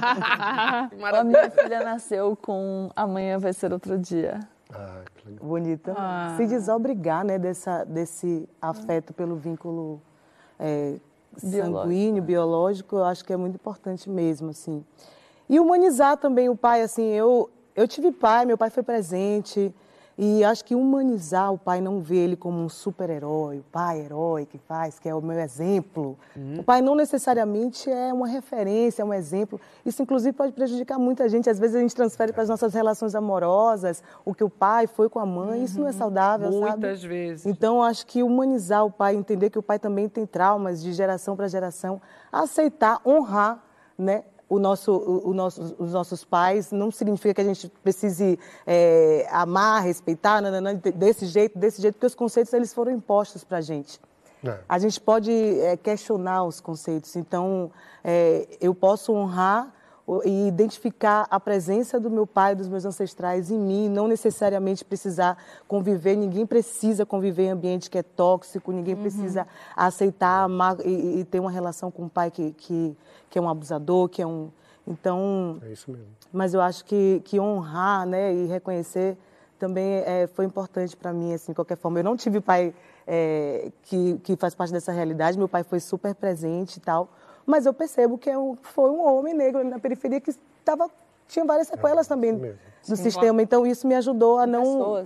[SPEAKER 4] A minha filha nasceu com Amanhã Vai Ser Outro Dia.
[SPEAKER 3] Ah, que legal. Bonita. Ah. Se desobrigar, né, dessa, desse afeto pelo vínculo é, sanguíneo, biológico, eu acho que é muito importante mesmo, assim. E humanizar também o pai, assim, eu, eu tive pai, meu pai foi presente... E acho que humanizar o pai, não ver ele como um super-herói, o pai herói que faz, que é o meu exemplo. Uhum. O pai não necessariamente é uma referência, é um exemplo. Isso, inclusive, pode prejudicar muita gente. Às vezes a gente transfere para as nossas relações amorosas o que o pai foi com a mãe. Uhum. Isso não é saudável,
[SPEAKER 5] Muitas
[SPEAKER 3] sabe?
[SPEAKER 5] Muitas vezes.
[SPEAKER 3] Então, acho que humanizar o pai, entender que o pai também tem traumas de geração para geração, aceitar, honrar, né? O nosso, o, o nosso, os nossos pais, não significa que a gente precise é, amar, respeitar, não, não, não, desse jeito, desse jeito, porque os conceitos eles foram impostos para a gente. É. A gente pode é, questionar os conceitos, então é, eu posso honrar e identificar a presença do meu pai, dos meus ancestrais em mim, não necessariamente precisar conviver, ninguém precisa conviver em ambiente que é tóxico, ninguém uhum. precisa aceitar, amar e, e ter uma relação com um pai que, que, que é um abusador, que é um... Então...
[SPEAKER 6] É isso mesmo.
[SPEAKER 3] Mas eu acho que, que honrar, né, e reconhecer também é, foi importante para mim, assim, de qualquer forma. Eu não tive pai é, que, que faz parte dessa realidade, meu pai foi super presente e tal, mas eu percebo que é um, foi um homem negro ali na periferia que tava, tinha várias sequelas é, também do Sim, sistema. Então, isso me ajudou a não...
[SPEAKER 4] Pessoas.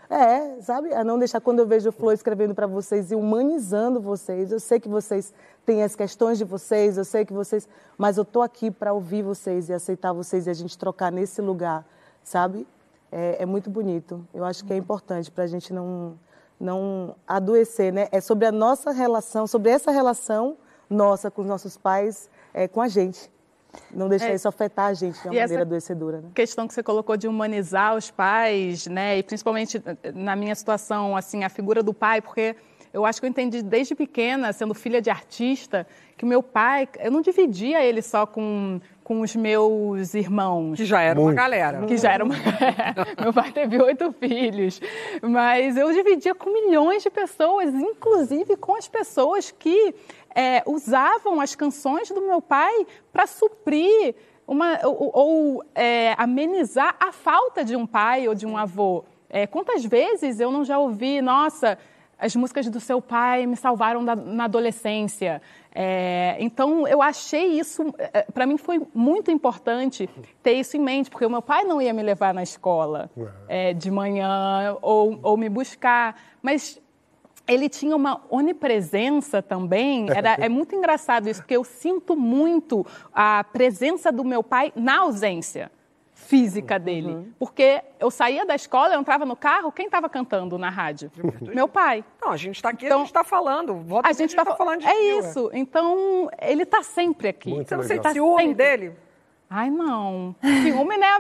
[SPEAKER 3] É, sabe? A não deixar, quando eu vejo Flor escrevendo para vocês e humanizando vocês, eu sei que vocês têm as questões de vocês, eu sei que vocês... Mas eu tô aqui para ouvir vocês e aceitar vocês e a gente trocar nesse lugar, sabe? É, é muito bonito. Eu acho que é importante para a gente não, não adoecer, né? É sobre a nossa relação, sobre essa relação nossa com os nossos pais, é, com a gente. Não deixar é, isso afetar a gente de uma maneira adoecedora. Né?
[SPEAKER 2] Questão que você colocou de humanizar os pais, né? E principalmente na minha situação, assim, a figura do pai, porque eu acho que eu entendi desde pequena, sendo filha de artista, que o meu pai, eu não dividia ele só com, com os meus irmãos.
[SPEAKER 5] Que já era
[SPEAKER 6] Muito.
[SPEAKER 5] uma galera.
[SPEAKER 2] Que já era uma galera. Meu pai teve oito filhos. Mas eu dividia com milhões de pessoas, inclusive com as pessoas que é, usavam as canções do meu pai para suprir uma, ou, ou é, amenizar a falta de um pai ou de um avô. É, quantas vezes eu não já ouvi, nossa... As músicas do seu pai me salvaram da, na adolescência. É, então, eu achei isso... Para mim, foi muito importante ter isso em mente, porque o meu pai não ia me levar na escola é, de manhã ou, ou me buscar. Mas ele tinha uma onipresença também. Era, é muito engraçado isso, porque eu sinto muito a presença do meu pai na ausência física dele. Uhum. Porque eu saía da escola, eu entrava no carro, quem estava cantando na rádio? Meu pai.
[SPEAKER 5] Não, a gente está aqui,
[SPEAKER 2] então,
[SPEAKER 5] a gente está falando. Volta
[SPEAKER 2] a gente está
[SPEAKER 5] tá falando de
[SPEAKER 2] É
[SPEAKER 5] filme.
[SPEAKER 2] isso. Então, ele está sempre aqui.
[SPEAKER 6] Muito
[SPEAKER 5] Você não
[SPEAKER 6] legal.
[SPEAKER 5] sente ciúme dele?
[SPEAKER 2] Ai, não. Ciúme, né,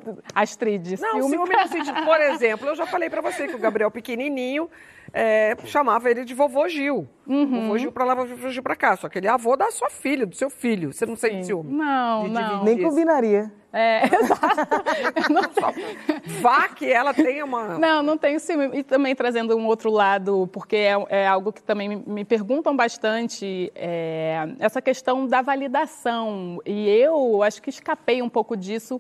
[SPEAKER 2] Astrid?
[SPEAKER 5] Não,
[SPEAKER 2] ciúme,
[SPEAKER 5] ciúme no sentido, por exemplo, eu já falei pra você que o Gabriel pequenininho é, chamava ele de vovô Gil. Uhum. Vovô Gil pra lá, vovô Gil pra cá. Só que ele é avô da sua filha, do seu filho. Você não sente ciúme?
[SPEAKER 2] Não,
[SPEAKER 5] de
[SPEAKER 2] não.
[SPEAKER 3] Nem combinaria.
[SPEAKER 2] É, exato.
[SPEAKER 5] Não, só vá que ela tenha uma...
[SPEAKER 2] Não, não tenho ciúme. E também trazendo um outro lado, porque é, é algo que também me, me perguntam bastante, é, essa questão da validação. E eu acho que escapei um pouco disso,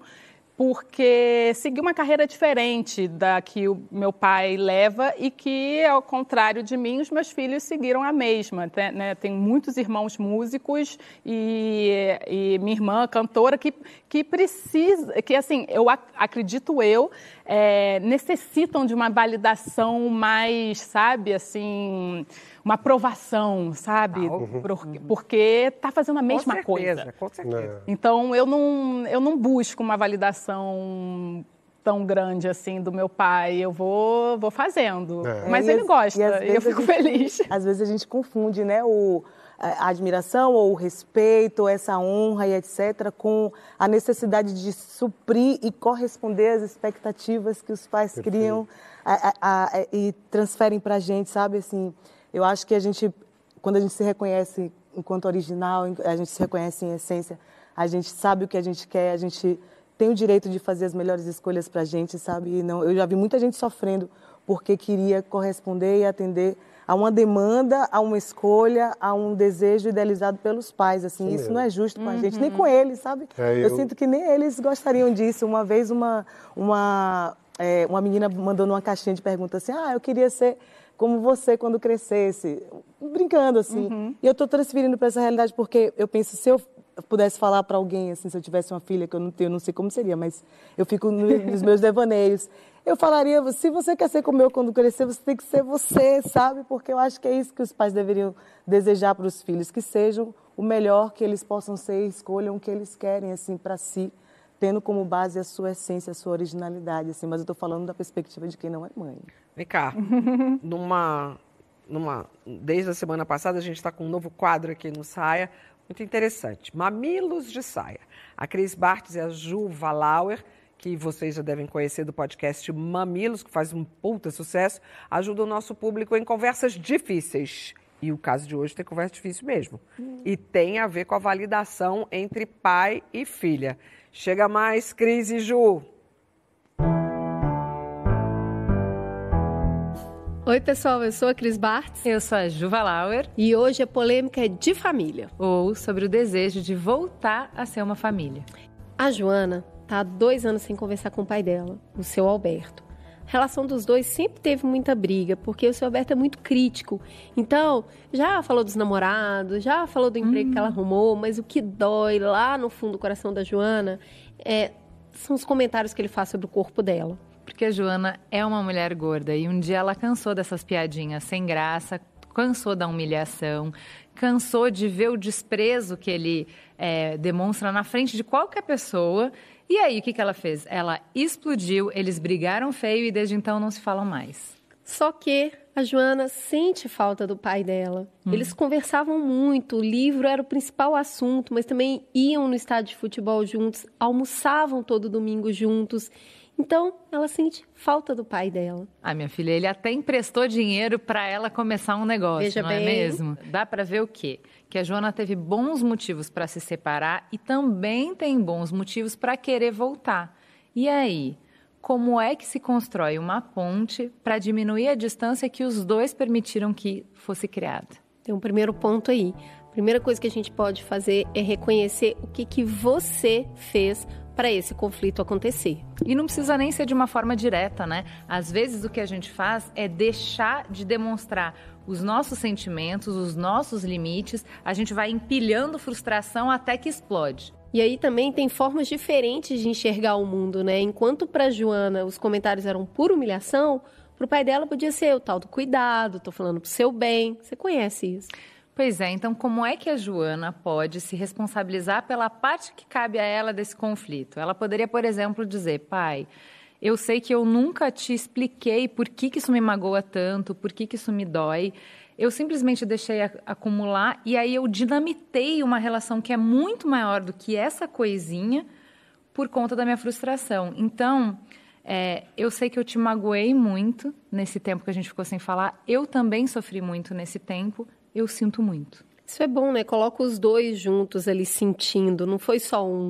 [SPEAKER 2] porque segui uma carreira diferente da que o meu pai leva e que, ao contrário de mim, os meus filhos seguiram a mesma. Tem, né? Tem muitos irmãos músicos e, e minha irmã cantora que, que precisa, que assim, eu ac- acredito eu, é, necessitam de uma validação mais, sabe, assim... uma aprovação, sabe?
[SPEAKER 5] Ah, uhum.
[SPEAKER 2] Por, porque está fazendo a mesma
[SPEAKER 5] com certeza,
[SPEAKER 2] coisa.
[SPEAKER 5] Com certeza.
[SPEAKER 6] É.
[SPEAKER 2] Então, eu não, eu não busco uma validação tão grande assim do meu pai. Eu vou, vou fazendo. É. Mas
[SPEAKER 3] é,
[SPEAKER 2] ele
[SPEAKER 3] as,
[SPEAKER 2] gosta e, e eu fico
[SPEAKER 3] gente,
[SPEAKER 2] feliz.
[SPEAKER 3] Às vezes a gente confunde, né, o, a admiração ou o respeito, ou essa honra e etcétera, com a necessidade de suprir e corresponder às expectativas que os pais Perfeito. criam a, a, a, e transferem para a gente, sabe? Assim, eu acho que a gente, quando a gente se reconhece enquanto original, a gente se reconhece em essência, a gente sabe o que a gente quer, a gente tem o direito de fazer as melhores escolhas para a gente, sabe? E não, eu já vi muita gente sofrendo porque queria corresponder e atender a uma demanda, a uma escolha, a um desejo idealizado pelos pais, assim. Isso, isso não é justo com a gente, nem com eles, sabe? É, eu... eu sinto que nem eles gostariam disso. Uma vez uma, uma, é, uma menina mandou numa caixinha de perguntas assim, ah, eu queria ser como você quando crescesse, brincando assim. Uhum. E eu estou transferindo para essa realidade porque eu penso, se eu pudesse falar para alguém, assim, se eu tivesse uma filha, que eu não tenho, não sei como seria, mas eu fico nos meus devaneios, eu falaria, se você quer ser como eu quando crescer, você tem que ser você, sabe? Porque eu acho que é isso que os pais deveriam desejar para os filhos, que sejam o melhor que eles possam ser, escolham o que eles querem, assim, para si, tendo como base a sua essência, a sua originalidade, assim, mas eu estou falando da perspectiva de quem não é mãe.
[SPEAKER 5] Vem cá, numa, numa, desde a semana passada a gente está com um novo quadro aqui no Saia, muito interessante, Mamilos de Saia. A Cris Bartz e a Ju Valauer, que vocês já devem conhecer do podcast Mamilos, que faz um puta sucesso, ajudam o nosso público em conversas difíceis. E o caso de hoje tem conversa difícil mesmo. Hum. E tem a ver com a validação entre pai e filha. Chega mais, Cris e Ju.
[SPEAKER 8] Oi, pessoal, eu sou a Cris Bartz.
[SPEAKER 9] Eu sou a Ju Valauer.
[SPEAKER 8] E hoje a polêmica é de família.
[SPEAKER 9] Ou sobre o desejo de voltar a ser uma família.
[SPEAKER 8] A Joana está há dois anos sem conversar com o pai dela, o seu Alberto. A relação dos dois sempre teve muita briga, porque o seu Alberto é muito crítico. Então, já falou dos namorados, já falou do emprego hum. que ela arrumou, mas o que dói lá no fundo do coração da Joana é, são os comentários que ele faz sobre o corpo dela.
[SPEAKER 9] Porque a Joana é uma mulher gorda e um dia ela cansou dessas piadinhas sem graça, cansou da humilhação, cansou de ver o desprezo que ele é, demonstra na frente de qualquer pessoa. E aí, o que, que ela fez? Ela explodiu, eles brigaram feio e desde então não se falam mais.
[SPEAKER 8] Só que a Joana sente falta do pai dela. Hum. Eles conversavam muito, o livro era o principal assunto, mas também iam no estádio de futebol juntos, almoçavam todo domingo juntos. Então, ela sente falta do pai dela.
[SPEAKER 9] Ah, minha filha, ele até emprestou dinheiro para ela começar um negócio,
[SPEAKER 8] Veja
[SPEAKER 9] não
[SPEAKER 8] bem.
[SPEAKER 9] é mesmo? Dá para ver o quê? Que a Joana teve bons motivos para se separar e também tem bons motivos para querer voltar. E aí? Como é que se constrói uma ponte para diminuir a distância que os dois permitiram que fosse criada?
[SPEAKER 8] Tem um primeiro ponto aí. A primeira coisa que a gente pode fazer é reconhecer o que, que você fez para esse conflito acontecer.
[SPEAKER 9] E não precisa nem ser de uma forma direta, né? Às vezes o que a gente faz é deixar de demonstrar os nossos sentimentos, os nossos limites, a gente vai empilhando frustração até que explode.
[SPEAKER 8] E aí também tem formas diferentes de enxergar o mundo, né? Enquanto para Joana os comentários eram pura humilhação, para o pai dela podia ser o tal do cuidado, tô falando pro seu bem. Você conhece isso?
[SPEAKER 9] Pois é, então como é que a Joana pode se responsabilizar pela parte que cabe a ela desse conflito? Ela poderia, por exemplo, dizer, pai, eu sei que eu nunca te expliquei por que, que isso me magoa tanto, por que, que isso me dói. Eu simplesmente deixei acumular e aí eu dinamitei uma relação que é muito maior do que essa coisinha por conta da minha frustração. Então, é, eu sei que eu te magoei muito nesse tempo que a gente ficou sem falar. Eu também sofri muito nesse tempo. Eu sinto muito.
[SPEAKER 8] Isso é bom, né? Coloca os dois juntos ali sentindo, não foi só um.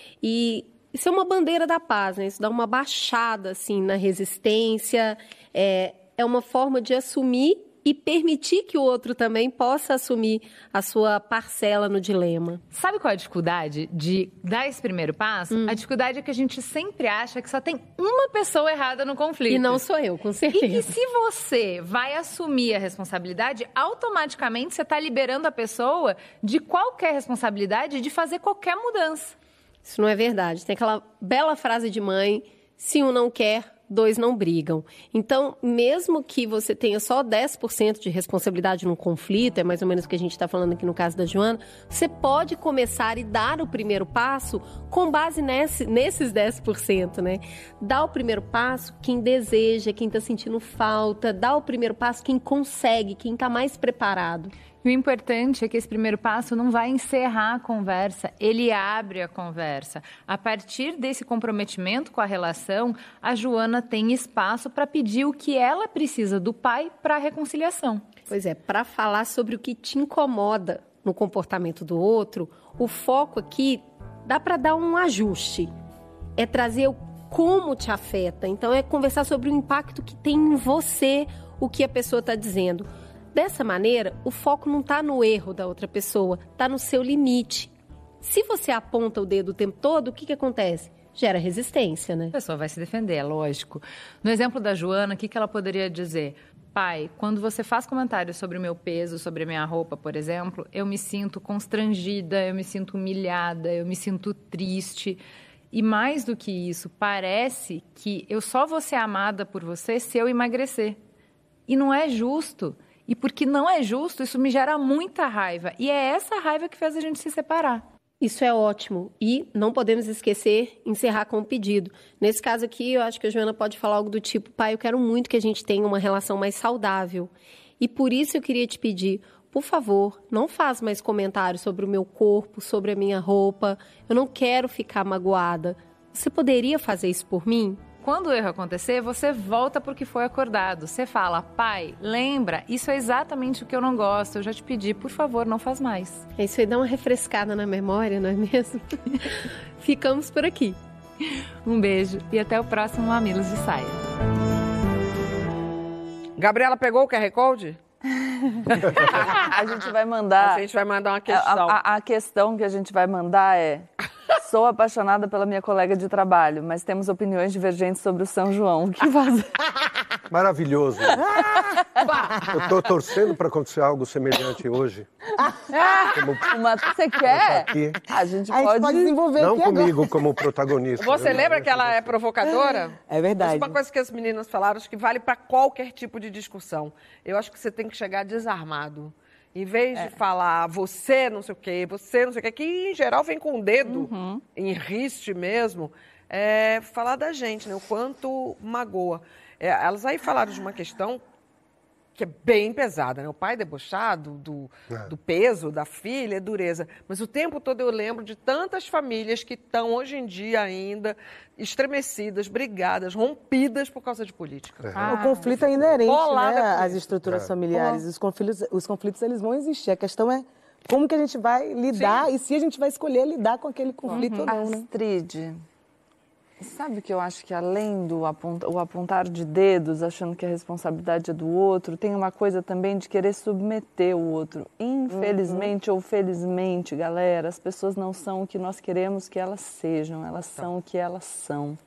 [SPEAKER 8] E isso é uma bandeira da paz, né? Isso dá uma baixada, assim, na resistência. É, é uma forma de assumir e permitir que o outro também possa assumir a sua parcela no dilema.
[SPEAKER 9] Sabe qual é a dificuldade de dar esse primeiro passo? Hum. A dificuldade é que a gente sempre acha que só tem uma pessoa errada no conflito.
[SPEAKER 8] E não sou eu, com certeza.
[SPEAKER 9] E que se você vai assumir a responsabilidade, automaticamente você está liberando a pessoa de qualquer responsabilidade de fazer qualquer mudança.
[SPEAKER 8] Isso não é verdade. Tem aquela bela frase de mãe, se um não quer, dois não brigam. Então, mesmo que você tenha só dez por cento de responsabilidade num conflito, é mais ou menos o que a gente está falando aqui no caso da Joana, você pode começar e dar o primeiro passo com base nesse, nesses dez por cento, né? Dá o primeiro passo quem deseja, quem está sentindo falta, dá o primeiro passo quem consegue, quem está mais preparado.
[SPEAKER 9] E o importante é que esse primeiro passo não vai encerrar a conversa, ele abre a conversa. A partir desse comprometimento com a relação, a Joana tem espaço para pedir o que ela precisa do pai para a reconciliação.
[SPEAKER 8] Pois é, para falar sobre o que te incomoda no comportamento do outro, o foco aqui dá para dar um ajuste. É trazer o como te afeta. Então, é conversar sobre o impacto que tem em você o que a pessoa está dizendo. Dessa maneira, o foco não está no erro da outra pessoa, está no seu limite. Se você aponta o dedo o tempo todo, o que, que acontece? Gera resistência, né?
[SPEAKER 9] A pessoa vai se defender, é lógico. No exemplo da Joana, o que, que ela poderia dizer? Pai, quando você faz comentários sobre o meu peso, sobre a minha roupa, por exemplo, eu me sinto constrangida, eu me sinto humilhada, eu me sinto triste. E mais do que isso, parece que eu só vou ser amada por você se eu emagrecer. E não é justo. E porque não é justo, isso me gera muita raiva. E é essa raiva que fez a gente se separar.
[SPEAKER 8] Isso é ótimo. E não podemos esquecer, encerrar com um pedido. Nesse caso aqui, eu acho que a Joana pode falar algo do tipo, pai, eu quero muito que a gente tenha uma relação mais saudável. E por isso eu queria te pedir, por favor, não faz mais comentários sobre o meu corpo, sobre a minha roupa. Eu não quero ficar magoada. Você poderia fazer isso por mim?
[SPEAKER 9] Quando o erro acontecer, você volta para o que foi acordado. Você fala, pai, lembra, isso é exatamente o que eu não gosto. Eu já te pedi, por favor, não faz mais.
[SPEAKER 8] Isso aí dá uma refrescada na memória, não é mesmo? Ficamos por aqui.
[SPEAKER 9] Um beijo e até o próximo Mamilos de Saia.
[SPEAKER 5] Gabriela pegou o Q R Code?
[SPEAKER 4] A gente vai mandar...
[SPEAKER 5] A gente vai mandar uma questão.
[SPEAKER 4] A, a, a questão que a gente vai mandar é... Sou apaixonada pela minha colega de trabalho, mas temos opiniões divergentes sobre o São João. O que fazer?
[SPEAKER 6] Maravilhoso. Eu estou torcendo para acontecer algo semelhante hoje.
[SPEAKER 4] Como... Uma... Você quer?
[SPEAKER 6] Aqui.
[SPEAKER 4] A gente
[SPEAKER 3] A gente
[SPEAKER 4] pode...
[SPEAKER 3] pode desenvolver
[SPEAKER 6] Não
[SPEAKER 3] aqui
[SPEAKER 6] comigo
[SPEAKER 3] agora.
[SPEAKER 6] como protagonista.
[SPEAKER 5] Você
[SPEAKER 6] Eu-
[SPEAKER 5] lembra que ela é provocadora?
[SPEAKER 3] É verdade.
[SPEAKER 5] Mas uma coisa que as meninas falaram, acho que vale para qualquer tipo de discussão. Eu acho que você tem que chegar desarmado. Em vez de falar você não sei o quê, você não sei o quê, que em geral vem com o dedo, em riste mesmo, é falar da gente, né? O quanto magoa. É, elas aí falaram de uma questão que é bem pesada, né? O pai debochado do, do peso da filha, é dureza. Mas o tempo todo eu lembro de tantas famílias que estão hoje em dia ainda estremecidas, brigadas, rompidas por causa de política.
[SPEAKER 3] O conflito é inerente,
[SPEAKER 5] Bolada
[SPEAKER 3] né,
[SPEAKER 5] com
[SPEAKER 3] às
[SPEAKER 5] isso.
[SPEAKER 3] estruturas
[SPEAKER 6] É.
[SPEAKER 3] familiares. Os conflitos, os conflitos, eles vão existir. A questão é como que a gente vai lidar e se a gente vai escolher lidar com aquele conflito ou não, né?
[SPEAKER 4] Astrid, sabe que eu acho que além do aponta, o apontar de dedos, achando que a responsabilidade é do outro, tem uma coisa também de querer submeter o outro. Infelizmente ou felizmente, galera, as pessoas não são o que nós queremos que elas sejam, elas são o que elas são.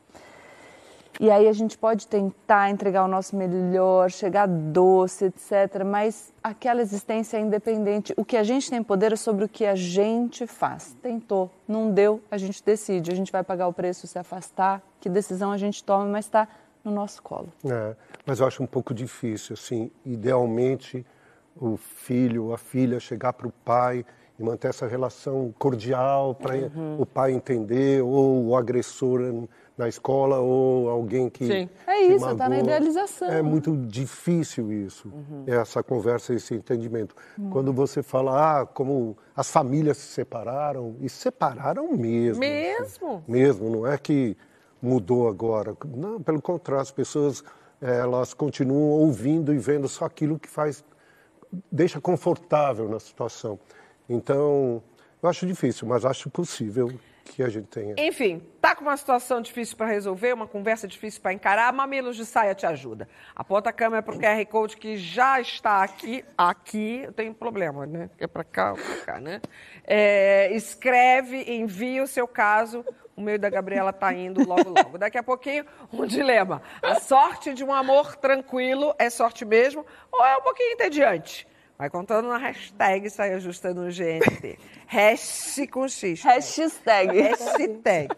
[SPEAKER 4] E aí a gente pode tentar entregar o nosso melhor, chegar doce, etcétera, mas aquela existência é independente. O que a gente tem poder é sobre o que a gente faz. Tentou, não deu, a gente decide. A gente vai pagar o preço, se afastar, que decisão a gente toma, mas está no nosso colo.
[SPEAKER 6] É, mas eu acho um pouco difícil, assim, idealmente o filho, a filha chegar para o pai e manter essa relação cordial para o pai entender, ou o agressor na escola, ou alguém que
[SPEAKER 5] Sim.
[SPEAKER 4] É
[SPEAKER 6] que
[SPEAKER 4] isso, está na
[SPEAKER 6] magoa.
[SPEAKER 4] idealização.
[SPEAKER 6] É muito difícil isso, essa conversa, esse entendimento. Quando você fala, ah, como as famílias se separaram, e separaram mesmo.
[SPEAKER 5] Mesmo?
[SPEAKER 6] assim, mesmo, não é que mudou agora. Não, pelo contrário, as pessoas, elas continuam ouvindo e vendo só aquilo que faz, deixa confortável na situação. Então, eu acho difícil, mas acho possível que a gente tenha.
[SPEAKER 5] Enfim, tá com uma situação difícil para resolver, uma conversa difícil para encarar, Mamilos de Saia te ajuda. Aponta a câmera para o Q R Code que já está aqui. Aqui tem problema, né? É para cá ou para cá, né? É, escreve, envia o seu caso. O meio da Gabriela tá indo logo, logo. Daqui a pouquinho, um dilema. A sorte de um amor tranquilo é sorte mesmo ou é um pouquinho entediante? Vai contando na hashtag Saia Justa no G N T. Hash com X.
[SPEAKER 4] Hashtag.
[SPEAKER 5] Hashtag.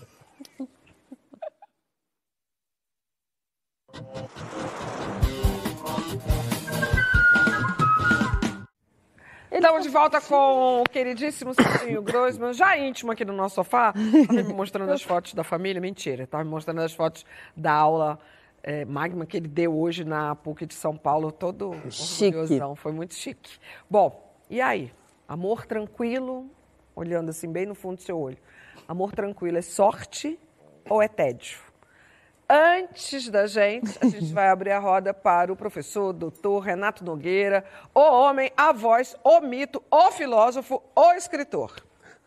[SPEAKER 5] Estamos de volta com o queridíssimo Serginho Groisman, já íntimo aqui no nosso sofá. Estava me mostrando as fotos da família. Mentira, estava me mostrando as fotos da aula é, magma que ele deu hoje na PUC de São Paulo, todo
[SPEAKER 4] Chique.
[SPEAKER 5] orgulhosão. Foi muito chique. Bom, e aí? Amor tranquilo, olhando assim bem no fundo do seu olho. Amor tranquilo é sorte ou é tédio? Antes da gente, a gente vai abrir a roda para o professor, doutor Renato Nogueira, o homem, a voz, o mito, o filósofo, o escritor.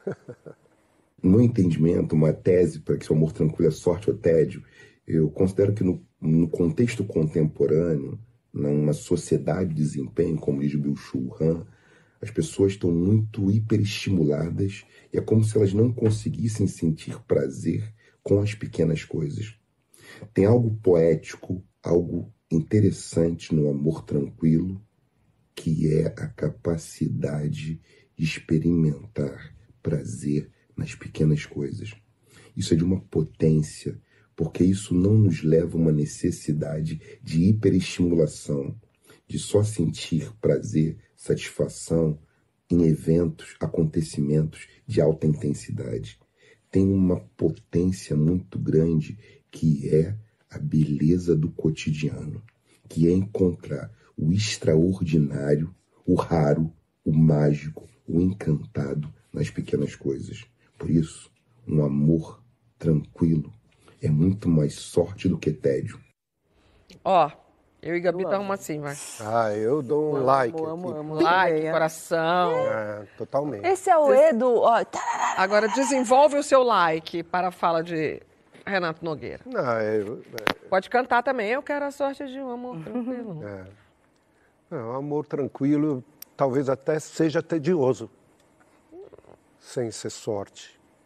[SPEAKER 10] No entendimento, uma tese para que seu amor tranquilo é sorte ou tédio, eu considero que no, no contexto contemporâneo, numa sociedade de desempenho, como diz Byung-Chul Han, as pessoas estão muito hiperestimuladas e é como se elas não conseguissem sentir prazer com as pequenas coisas. Tem algo poético, algo interessante no amor tranquilo, que é a capacidade de experimentar prazer nas pequenas coisas. Isso é de uma potência, porque isso não nos leva a uma necessidade de hiperestimulação, de só sentir prazer, satisfação em eventos, acontecimentos de alta intensidade. Tem uma potência muito grande que é a beleza do cotidiano, que é encontrar o extraordinário, o raro, o mágico, o encantado nas pequenas coisas. Por isso, um amor tranquilo é muito mais sorte do que tédio.
[SPEAKER 5] Ó, eu e Gabi estamos assim, vai.
[SPEAKER 6] Ah, eu dou um like.
[SPEAKER 5] Amo,
[SPEAKER 6] aqui.
[SPEAKER 5] amo, like, coração.
[SPEAKER 6] É, totalmente.
[SPEAKER 4] Esse é o Edu, ó.
[SPEAKER 5] Agora desenvolve o seu like para a fala de Renato Nogueira.
[SPEAKER 6] Não, é, é,
[SPEAKER 5] Pode cantar também. Eu quero a sorte de um amor tranquilo.
[SPEAKER 6] é. Não, amor tranquilo talvez até seja tedioso, sem ser sorte.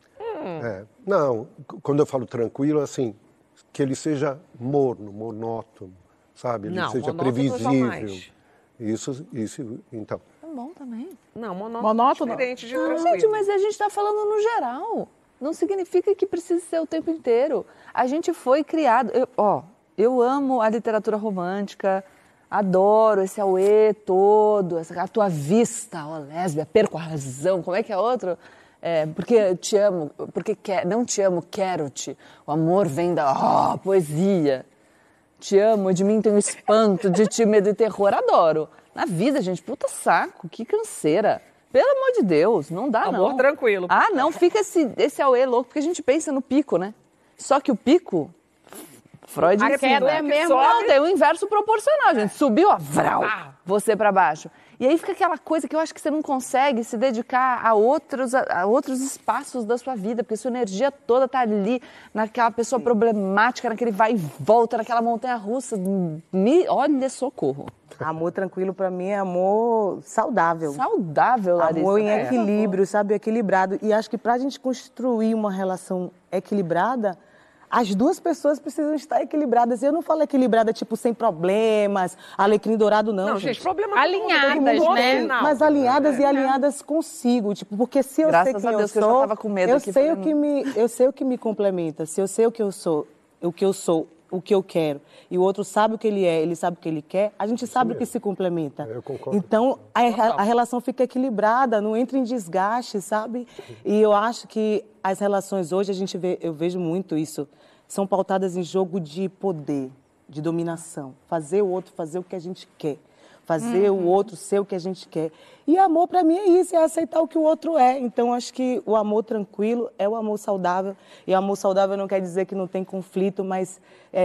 [SPEAKER 6] É. Não, quando eu falo tranquilo, assim, que ele seja morno, monótono, sabe? Ele
[SPEAKER 5] Não,
[SPEAKER 6] seja
[SPEAKER 5] monótono
[SPEAKER 6] previsível.
[SPEAKER 5] jamais.
[SPEAKER 6] Isso, isso, então.
[SPEAKER 4] Tá bom também.
[SPEAKER 5] Não, monótono,
[SPEAKER 2] Monótono?
[SPEAKER 5] é diferente de
[SPEAKER 4] Não,
[SPEAKER 5] tranquilo.
[SPEAKER 4] gente, mas a gente está falando no geral. Não significa que precisa ser o tempo inteiro. A gente foi criado... Eu, ó, eu amo a literatura romântica, adoro esse auê todo, essa, a tua vista, ó, lésbia, perco a razão. Como é que é outro? É, porque te amo, porque quer, não te amo, quero-te. O amor vem da ó, poesia. Te amo, de mim tenho espanto, de ti medo e terror. Adoro. Na vida, gente, puta saco, que canseira. Pelo amor de Deus, não dá
[SPEAKER 5] Amor
[SPEAKER 4] não.
[SPEAKER 5] Amor tranquilo.
[SPEAKER 4] Ah, não, fica esse, esse auê louco, porque a gente pensa no pico, né? Só que o pico, Freud
[SPEAKER 2] A
[SPEAKER 4] ensina.
[SPEAKER 2] queda é mesmo-
[SPEAKER 4] Não, tem o inverso proporcional, gente. Subiu, ó, vral, você pra baixo. E aí fica aquela coisa que eu acho que você não consegue se dedicar a outros, a, a outros espaços da sua vida, porque sua energia toda tá ali, naquela pessoa problemática, naquele vai e volta, naquela montanha-russa. Me, olha, socorro.
[SPEAKER 3] Amor tranquilo pra mim é amor saudável.
[SPEAKER 4] Saudável, Larissa.
[SPEAKER 3] Amor em
[SPEAKER 4] É.
[SPEAKER 3] equilíbrio, sabe? Equilibrado. E acho que pra gente construir uma relação equilibrada, as duas pessoas precisam estar equilibradas. Eu não falo equilibrada, tipo, sem problemas, alecrim dourado, não.
[SPEAKER 5] Não, gente, problema todo mundo,
[SPEAKER 2] Alinhadas,
[SPEAKER 5] todo mundo
[SPEAKER 2] né?
[SPEAKER 5] tem, não.
[SPEAKER 3] Mas alinhadas
[SPEAKER 5] É,
[SPEAKER 3] e
[SPEAKER 5] é.
[SPEAKER 3] alinhadas consigo, tipo, porque se eu
[SPEAKER 4] Graças
[SPEAKER 3] sei
[SPEAKER 4] a
[SPEAKER 3] quem
[SPEAKER 4] Deus
[SPEAKER 3] eu
[SPEAKER 4] que eu já
[SPEAKER 3] sou,
[SPEAKER 4] tava com medo
[SPEAKER 3] eu
[SPEAKER 4] aqui,
[SPEAKER 3] sei
[SPEAKER 4] falei,
[SPEAKER 3] o que me, eu sei o que me complementa. Se eu sei o que eu sou, o que eu sou, o que eu quero, e o outro sabe o que ele é, ele sabe o que ele quer, a gente sabe o que se complementa.
[SPEAKER 6] Eu concordo.
[SPEAKER 3] Então a, a relação fica equilibrada, não entra em desgaste, sabe? E eu acho que as relações hoje a gente vê, eu vejo muito isso, são pautadas em jogo de poder, de dominação, fazer o outro fazer o que a gente quer. Fazer
[SPEAKER 2] Uhum.
[SPEAKER 3] o outro ser o que a gente quer. E amor, para mim, é isso, é aceitar o que o outro é. Então, acho que o amor tranquilo é o amor saudável. E o amor saudável não quer dizer que não tem conflito, mas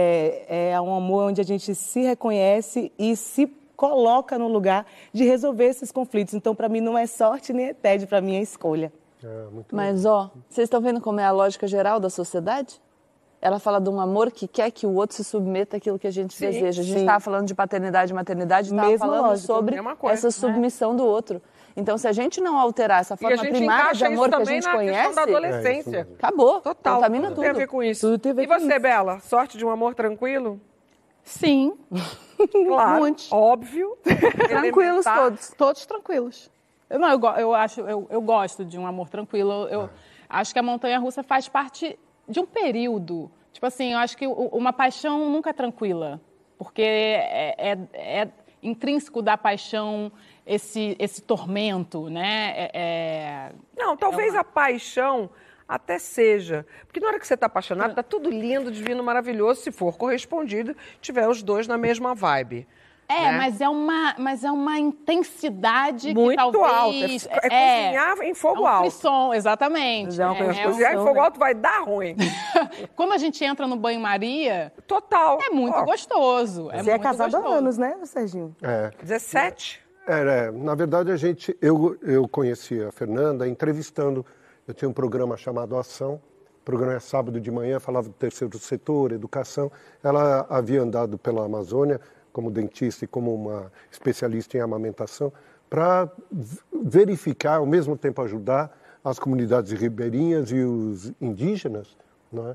[SPEAKER 3] é, é um amor onde a gente se reconhece e se coloca no lugar de resolver esses conflitos. Então, para mim, não é sorte nem é tédio, para mim é escolha.
[SPEAKER 6] É, muito
[SPEAKER 4] Mas, ó, vocês estão vendo como é a lógica geral da sociedade? Ela fala de um amor que quer que o outro se submeta àquilo que a gente
[SPEAKER 5] Sim,
[SPEAKER 4] deseja. A gente
[SPEAKER 3] sim.
[SPEAKER 4] estava falando de paternidade e maternidade, estava
[SPEAKER 3] Mesma
[SPEAKER 4] falando
[SPEAKER 3] lógica,
[SPEAKER 4] sobre
[SPEAKER 5] mesma coisa,
[SPEAKER 4] essa
[SPEAKER 5] né?
[SPEAKER 4] submissão do outro. Então, se a gente não alterar essa
[SPEAKER 5] E a
[SPEAKER 4] forma
[SPEAKER 5] gente
[SPEAKER 4] primária de
[SPEAKER 5] encaixa isso
[SPEAKER 4] amor que a
[SPEAKER 5] também
[SPEAKER 4] gente
[SPEAKER 5] na
[SPEAKER 4] conhece,
[SPEAKER 5] questão da
[SPEAKER 6] É,
[SPEAKER 5] adolescência.
[SPEAKER 6] isso
[SPEAKER 4] acabou.
[SPEAKER 5] Total,
[SPEAKER 4] Contamina
[SPEAKER 5] tudo
[SPEAKER 4] tudo.
[SPEAKER 5] tem a ver com isso.
[SPEAKER 3] Tudo tem a ver
[SPEAKER 5] E
[SPEAKER 3] com
[SPEAKER 5] você,
[SPEAKER 3] isso.
[SPEAKER 5] Bela? Sorte de um amor tranquilo?
[SPEAKER 2] Sim,
[SPEAKER 5] Claro,
[SPEAKER 2] Muitos.
[SPEAKER 5] óbvio.
[SPEAKER 2] tranquilos
[SPEAKER 5] Elementar.
[SPEAKER 2] todos. Todos tranquilos. Eu, não, eu, go- eu acho, eu, eu gosto de um amor tranquilo. Eu acho que a montanha-russa faz parte de um período. Tipo assim, eu acho que o- uma paixão nunca é tranquila. Porque é, é- é intrínseco da paixão esse, esse tormento, né? É- é-
[SPEAKER 5] Não, talvez a paixão até seja. Porque na hora que você está apaixonado, tá tudo lindo, divino, maravilhoso, se for correspondido, tiver os dois na mesma vibe.
[SPEAKER 2] É,
[SPEAKER 5] né?
[SPEAKER 2] mas é uma, mas é uma intensidade
[SPEAKER 5] Muito
[SPEAKER 2] que talvez...
[SPEAKER 5] alta. É, é cozinhar em fogo
[SPEAKER 2] é um
[SPEAKER 5] alto.
[SPEAKER 2] frisson, exatamente.
[SPEAKER 3] Mas é uma coisa
[SPEAKER 2] É,
[SPEAKER 5] Cozinhar em
[SPEAKER 3] Né?
[SPEAKER 5] fogo alto vai dar ruim.
[SPEAKER 2] Quando a gente entra no banho-maria,
[SPEAKER 5] Total.
[SPEAKER 2] é muito
[SPEAKER 5] Ó,
[SPEAKER 2] gostoso. É
[SPEAKER 3] Você é
[SPEAKER 2] muito
[SPEAKER 3] casado há
[SPEAKER 2] gostoso.
[SPEAKER 3] anos, né, Serginho?
[SPEAKER 6] É.
[SPEAKER 5] dezessete?
[SPEAKER 6] É, na verdade, a gente, eu, eu conheci a Fernanda entrevistando. Eu tinha um programa chamado Ação. O programa é sábado de manhã, falava do terceiro setor, educação. Ela havia andado pela Amazônia como dentista e como uma especialista em amamentação para verificar, ao mesmo tempo ajudar as comunidades ribeirinhas e os indígenas, não é?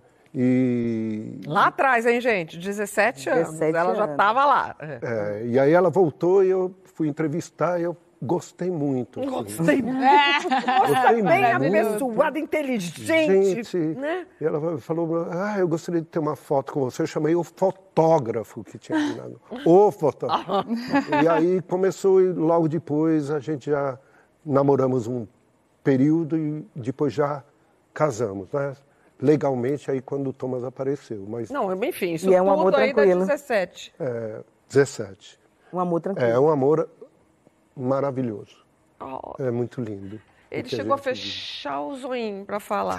[SPEAKER 6] E
[SPEAKER 5] Lá atrás, hein, gente? dezessete anos.
[SPEAKER 3] dezessete
[SPEAKER 5] Ela já
[SPEAKER 3] anos.
[SPEAKER 5] estava lá. É.
[SPEAKER 6] É, e aí ela voltou e eu fui entrevistar e eu gostei muito. assim.
[SPEAKER 5] Gostei muito.
[SPEAKER 6] Gostei
[SPEAKER 5] Bem
[SPEAKER 6] muito.
[SPEAKER 5] apessoada, inteligente.
[SPEAKER 6] Gente,
[SPEAKER 5] Né?
[SPEAKER 6] e ela falou, ah, eu gostaria de ter uma foto com você. Eu chamei o fotógrafo que tinha aqui. Né? O fotógrafo. E aí começou e logo depois a gente já namoramos um período e depois já casamos, né? Legalmente aí quando o Thomas apareceu, mas
[SPEAKER 5] Não, enfim, isso
[SPEAKER 3] E é um
[SPEAKER 5] tudo
[SPEAKER 3] amor
[SPEAKER 5] aí
[SPEAKER 3] tranquilo.
[SPEAKER 5] da dezessete.
[SPEAKER 6] é, dezessete.
[SPEAKER 3] Um amor tranquilo.
[SPEAKER 6] É um amor maravilhoso.
[SPEAKER 5] Oh,
[SPEAKER 6] É muito lindo. o
[SPEAKER 5] ele
[SPEAKER 6] que
[SPEAKER 5] chegou a
[SPEAKER 6] gente vive.
[SPEAKER 5] fechar o zoinho para falar.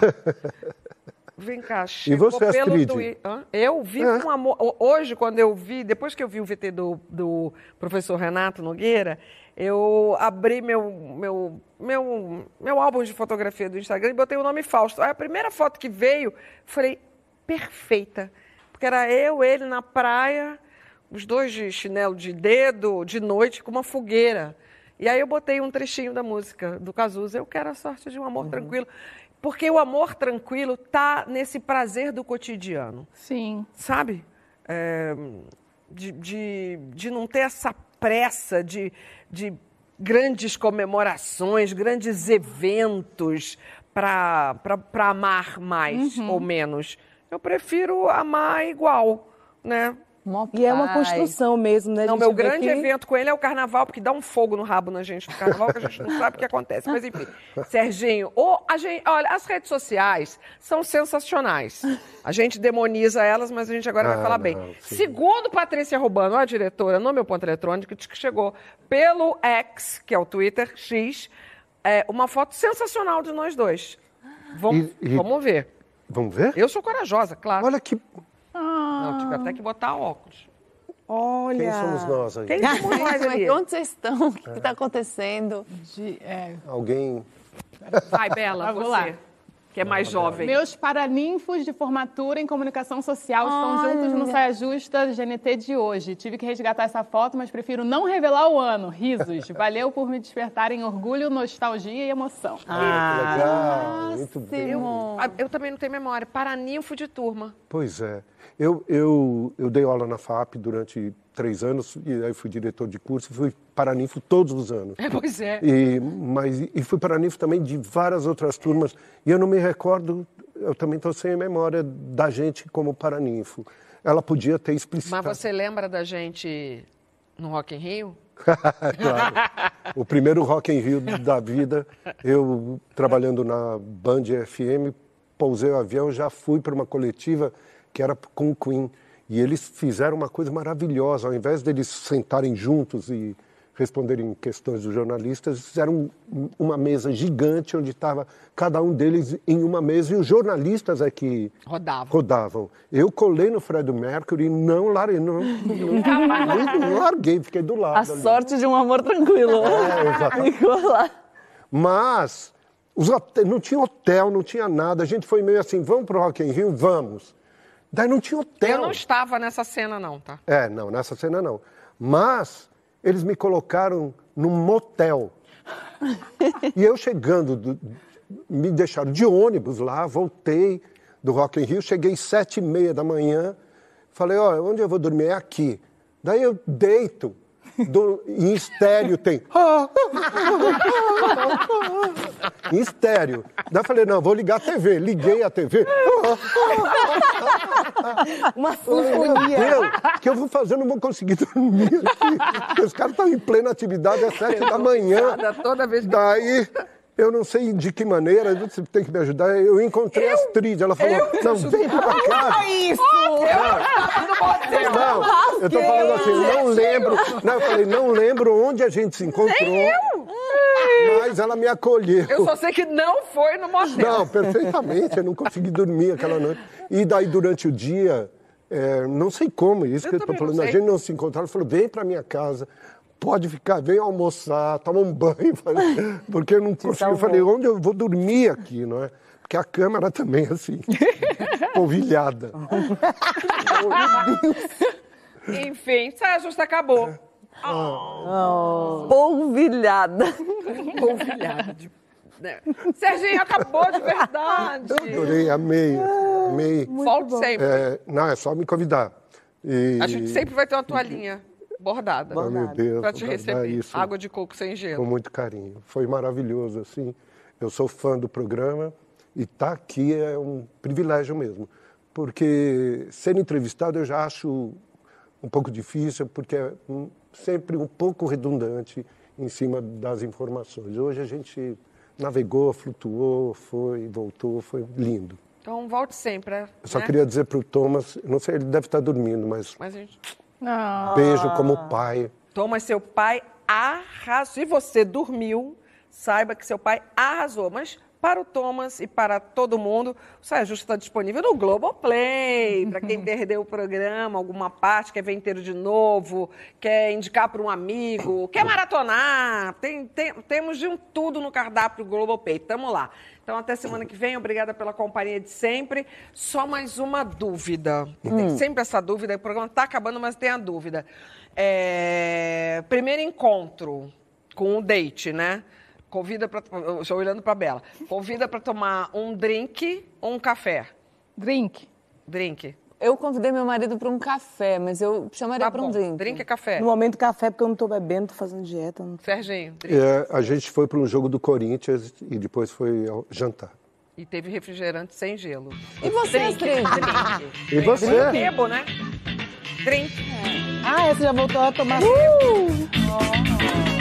[SPEAKER 5] Vem cá,
[SPEAKER 6] E
[SPEAKER 5] chegou
[SPEAKER 6] você,
[SPEAKER 5] pelo
[SPEAKER 6] Astrid?
[SPEAKER 5] Twi- Hã? Eu vi
[SPEAKER 6] É.
[SPEAKER 5] com amor. Ho- Hoje, quando eu vi, depois que eu vi o V T do, do professor Renato Nogueira, eu abri meu, meu, meu, meu álbum de fotografia do Instagram e botei o nome Fausto. Aí a primeira foto que veio, falei, perfeita. Porque era eu, ele na praia, os dois de chinelo de dedo, de noite, com uma fogueira. E aí eu botei um trechinho da música do Cazuza, Eu Quero a Sorte de um Amor Tranquilo. Porque o amor tranquilo tá nesse prazer do cotidiano.
[SPEAKER 2] Sim.
[SPEAKER 5] Sabe? É, de, de, de não ter essa pressa de, de grandes comemorações, grandes eventos para amar mais
[SPEAKER 2] Uhum.
[SPEAKER 5] ou menos. Eu prefiro amar igual, né?
[SPEAKER 3] E é uma construção mesmo, né? A
[SPEAKER 5] Não,
[SPEAKER 3] gente
[SPEAKER 5] meu
[SPEAKER 3] vê
[SPEAKER 5] grande
[SPEAKER 3] que-
[SPEAKER 5] evento com ele é o carnaval, porque dá um fogo no rabo na gente no carnaval, que a gente não sabe o que acontece. Mas enfim, Serginho, ou a gente, olha, as redes sociais são sensacionais. A gente demoniza elas, mas a gente agora vai
[SPEAKER 6] Ah,
[SPEAKER 5] falar
[SPEAKER 6] não,
[SPEAKER 5] bem.
[SPEAKER 6] sim.
[SPEAKER 5] Segundo Patrícia Rubano, a diretora, no meu ponto eletrônico, diz que chegou pelo X, que é o Twitter, X, é, uma foto sensacional de nós dois. Vamos,
[SPEAKER 6] E- e-
[SPEAKER 5] vamos ver.
[SPEAKER 6] Vamos ver?
[SPEAKER 5] Eu sou corajosa, claro.
[SPEAKER 6] Olha que...
[SPEAKER 5] Não, tive até que botar óculos.
[SPEAKER 3] Olha.
[SPEAKER 6] Quem somos nós aí?
[SPEAKER 5] Quem somos nós ali?
[SPEAKER 4] Onde vocês estão? O que está acontecendo?
[SPEAKER 2] De- é.
[SPEAKER 6] Alguém...
[SPEAKER 5] Vai, Bela,
[SPEAKER 2] Ah, vou
[SPEAKER 5] você,
[SPEAKER 2] lá.
[SPEAKER 5] que é mais jovem.
[SPEAKER 2] Meus paraninfos de formatura em comunicação social estão
[SPEAKER 4] Olha.
[SPEAKER 2] juntos no Saia Justa G N T de hoje. Tive que resgatar essa foto, mas prefiro não revelar o ano. Risos. Valeu por me despertarem orgulho, nostalgia e emoção.
[SPEAKER 6] Ah, que legal, muito bem.
[SPEAKER 5] Eu, ah, eu também não tenho memória. Paraninfo de turma.
[SPEAKER 6] Pois é. Eu, eu, eu dei aula na F A P durante três anos, e aí fui diretor de curso, e fui paraninfo todos os anos.
[SPEAKER 5] É, pois é.
[SPEAKER 6] E, mas, e fui paraninfo também de várias outras turmas, e eu não me recordo, eu também estou sem a memória da gente como paraninfo. Ela podia ter explicitado.
[SPEAKER 5] Mas você lembra da gente no Rock in Rio?
[SPEAKER 6] Claro. O primeiro Rock in Rio da vida, eu trabalhando na Band F M, pousei o avião, já fui para uma coletiva que era com o Queen. E eles fizeram uma coisa maravilhosa. Ao invés deles sentarem juntos e responderem questões dos jornalistas, eles fizeram um- uma mesa gigante onde estava cada um deles em uma mesa e os jornalistas é que
[SPEAKER 5] Rodavam.
[SPEAKER 6] rodavam. Eu colei no Fred Mercury e não larguei, não, não, não larguei, fiquei do lado.
[SPEAKER 4] A
[SPEAKER 6] ali.
[SPEAKER 4] sorte de um amor tranquilo.
[SPEAKER 6] É, exatamente.
[SPEAKER 4] Ficou lá.
[SPEAKER 6] Mas os hotel, não tinha hotel, não tinha nada. A gente foi meio assim, vamos pro Rock in Rio? Vamos. Daí não tinha hotel.
[SPEAKER 5] Eu não estava nessa cena, não, tá?
[SPEAKER 6] É, não, nessa cena não. Mas eles me colocaram num motel. E eu chegando, do- me deixaram de ônibus lá, voltei do Rock in Rio, cheguei sete e meia da manhã, falei, ó, onde eu vou dormir? É aqui. Daí eu deito, do, em estéreo tem... em estéreo. Daí eu falei, não, vou ligar a T V. Liguei a T V.
[SPEAKER 3] Uma
[SPEAKER 6] Falei, meu
[SPEAKER 3] sinfonia.
[SPEAKER 6] Deus, o que eu vou fazer? Eu não vou conseguir dormir aqui. Porque os caras estão em plena atividade às sete da manhã.
[SPEAKER 5] Toda vez que...
[SPEAKER 6] Daí, eu não sei de que maneira, você tem que me ajudar. Eu encontrei a Astrid. Ela falou, não, vem pra cá.
[SPEAKER 3] Isso!
[SPEAKER 6] Não, eu tô falando assim, não lembro. Não, eu falei, não lembro onde a gente se encontrou. Mas ela me acolheu.
[SPEAKER 5] Eu só sei que não foi no motel.
[SPEAKER 6] Não, perfeitamente. Eu não consegui dormir aquela noite. E daí, durante o dia, é, não sei como, isso
[SPEAKER 5] Eu
[SPEAKER 6] que eu estou
[SPEAKER 5] também não
[SPEAKER 6] falando, a
[SPEAKER 5] sei.
[SPEAKER 6] gente não se encontrou. Ela falou, vem pra minha casa, pode ficar, vem almoçar, toma um banho. Falei, porque eu não consegui. Eu falei, onde eu vou dormir aqui, não é? Porque a cama era também assim, polvilhada.
[SPEAKER 5] Enfim, Saia Justa acabou.
[SPEAKER 4] Polvilhada.
[SPEAKER 5] Polvilhada. de- né? Serginho, acabou de verdade.
[SPEAKER 6] Adorei, amei, amei.
[SPEAKER 5] Volte sempre.
[SPEAKER 6] É, não, é só me convidar. E...
[SPEAKER 5] A gente sempre vai ter uma toalhinha bordada.
[SPEAKER 6] Oh, meu Deus,
[SPEAKER 5] Pra te
[SPEAKER 6] vou guardar
[SPEAKER 5] receber.
[SPEAKER 6] isso
[SPEAKER 5] Água de coco sem
[SPEAKER 6] com
[SPEAKER 5] gelo.
[SPEAKER 6] muito carinho. Foi maravilhoso, assim. Eu sou fã do programa e estar aqui é um privilégio mesmo. Porque ser entrevistado eu já acho um pouco difícil, porque é um- sempre um pouco redundante em cima das informações. Hoje a gente navegou, flutuou, foi, voltou, foi lindo.
[SPEAKER 5] Então, volte sempre.
[SPEAKER 6] Eu só
[SPEAKER 5] né?
[SPEAKER 6] queria dizer para o Thomas, eu não sei, ele deve estar dormindo, mas
[SPEAKER 5] Mas a gente...
[SPEAKER 2] Não.
[SPEAKER 6] beijo como pai.
[SPEAKER 5] Thomas, seu pai arrasou. Se você dormiu, saiba que seu pai arrasou. Mas para o Thomas e para todo mundo, o Saia Justa está disponível no Globoplay. Para quem perdeu o programa, alguma parte, quer ver inteiro de novo, quer indicar para um amigo, quer maratonar. Tem, tem- temos de um tudo no cardápio Globoplay. Tamo lá. Então, até semana que vem. Obrigada pela companhia de sempre. Só mais uma dúvida. Tem sempre essa dúvida. O programa está acabando, mas tem a dúvida. É, Primeiro encontro com o date, né? convida para... Estou olhando para a Bela. Convida para tomar um drink ou um café?
[SPEAKER 2] Drink.
[SPEAKER 5] Drink.
[SPEAKER 4] Eu convidei meu marido para um café, mas eu chamaria
[SPEAKER 5] Tá
[SPEAKER 4] para um
[SPEAKER 5] bom.
[SPEAKER 4] drink.
[SPEAKER 5] Drink é café.
[SPEAKER 3] No momento, café, porque eu não tô bebendo, tô fazendo dieta. Não...
[SPEAKER 5] Serginho, drink.
[SPEAKER 6] É, a gente foi para um jogo do Corinthians e depois foi ao jantar.
[SPEAKER 5] E teve refrigerante sem gelo.
[SPEAKER 4] E você,
[SPEAKER 5] Drink.
[SPEAKER 4] Astrid?
[SPEAKER 5] Drink.
[SPEAKER 6] E você?
[SPEAKER 5] Bebo, né? Drink.
[SPEAKER 3] Ah, essa já voltou a tomar. Uh!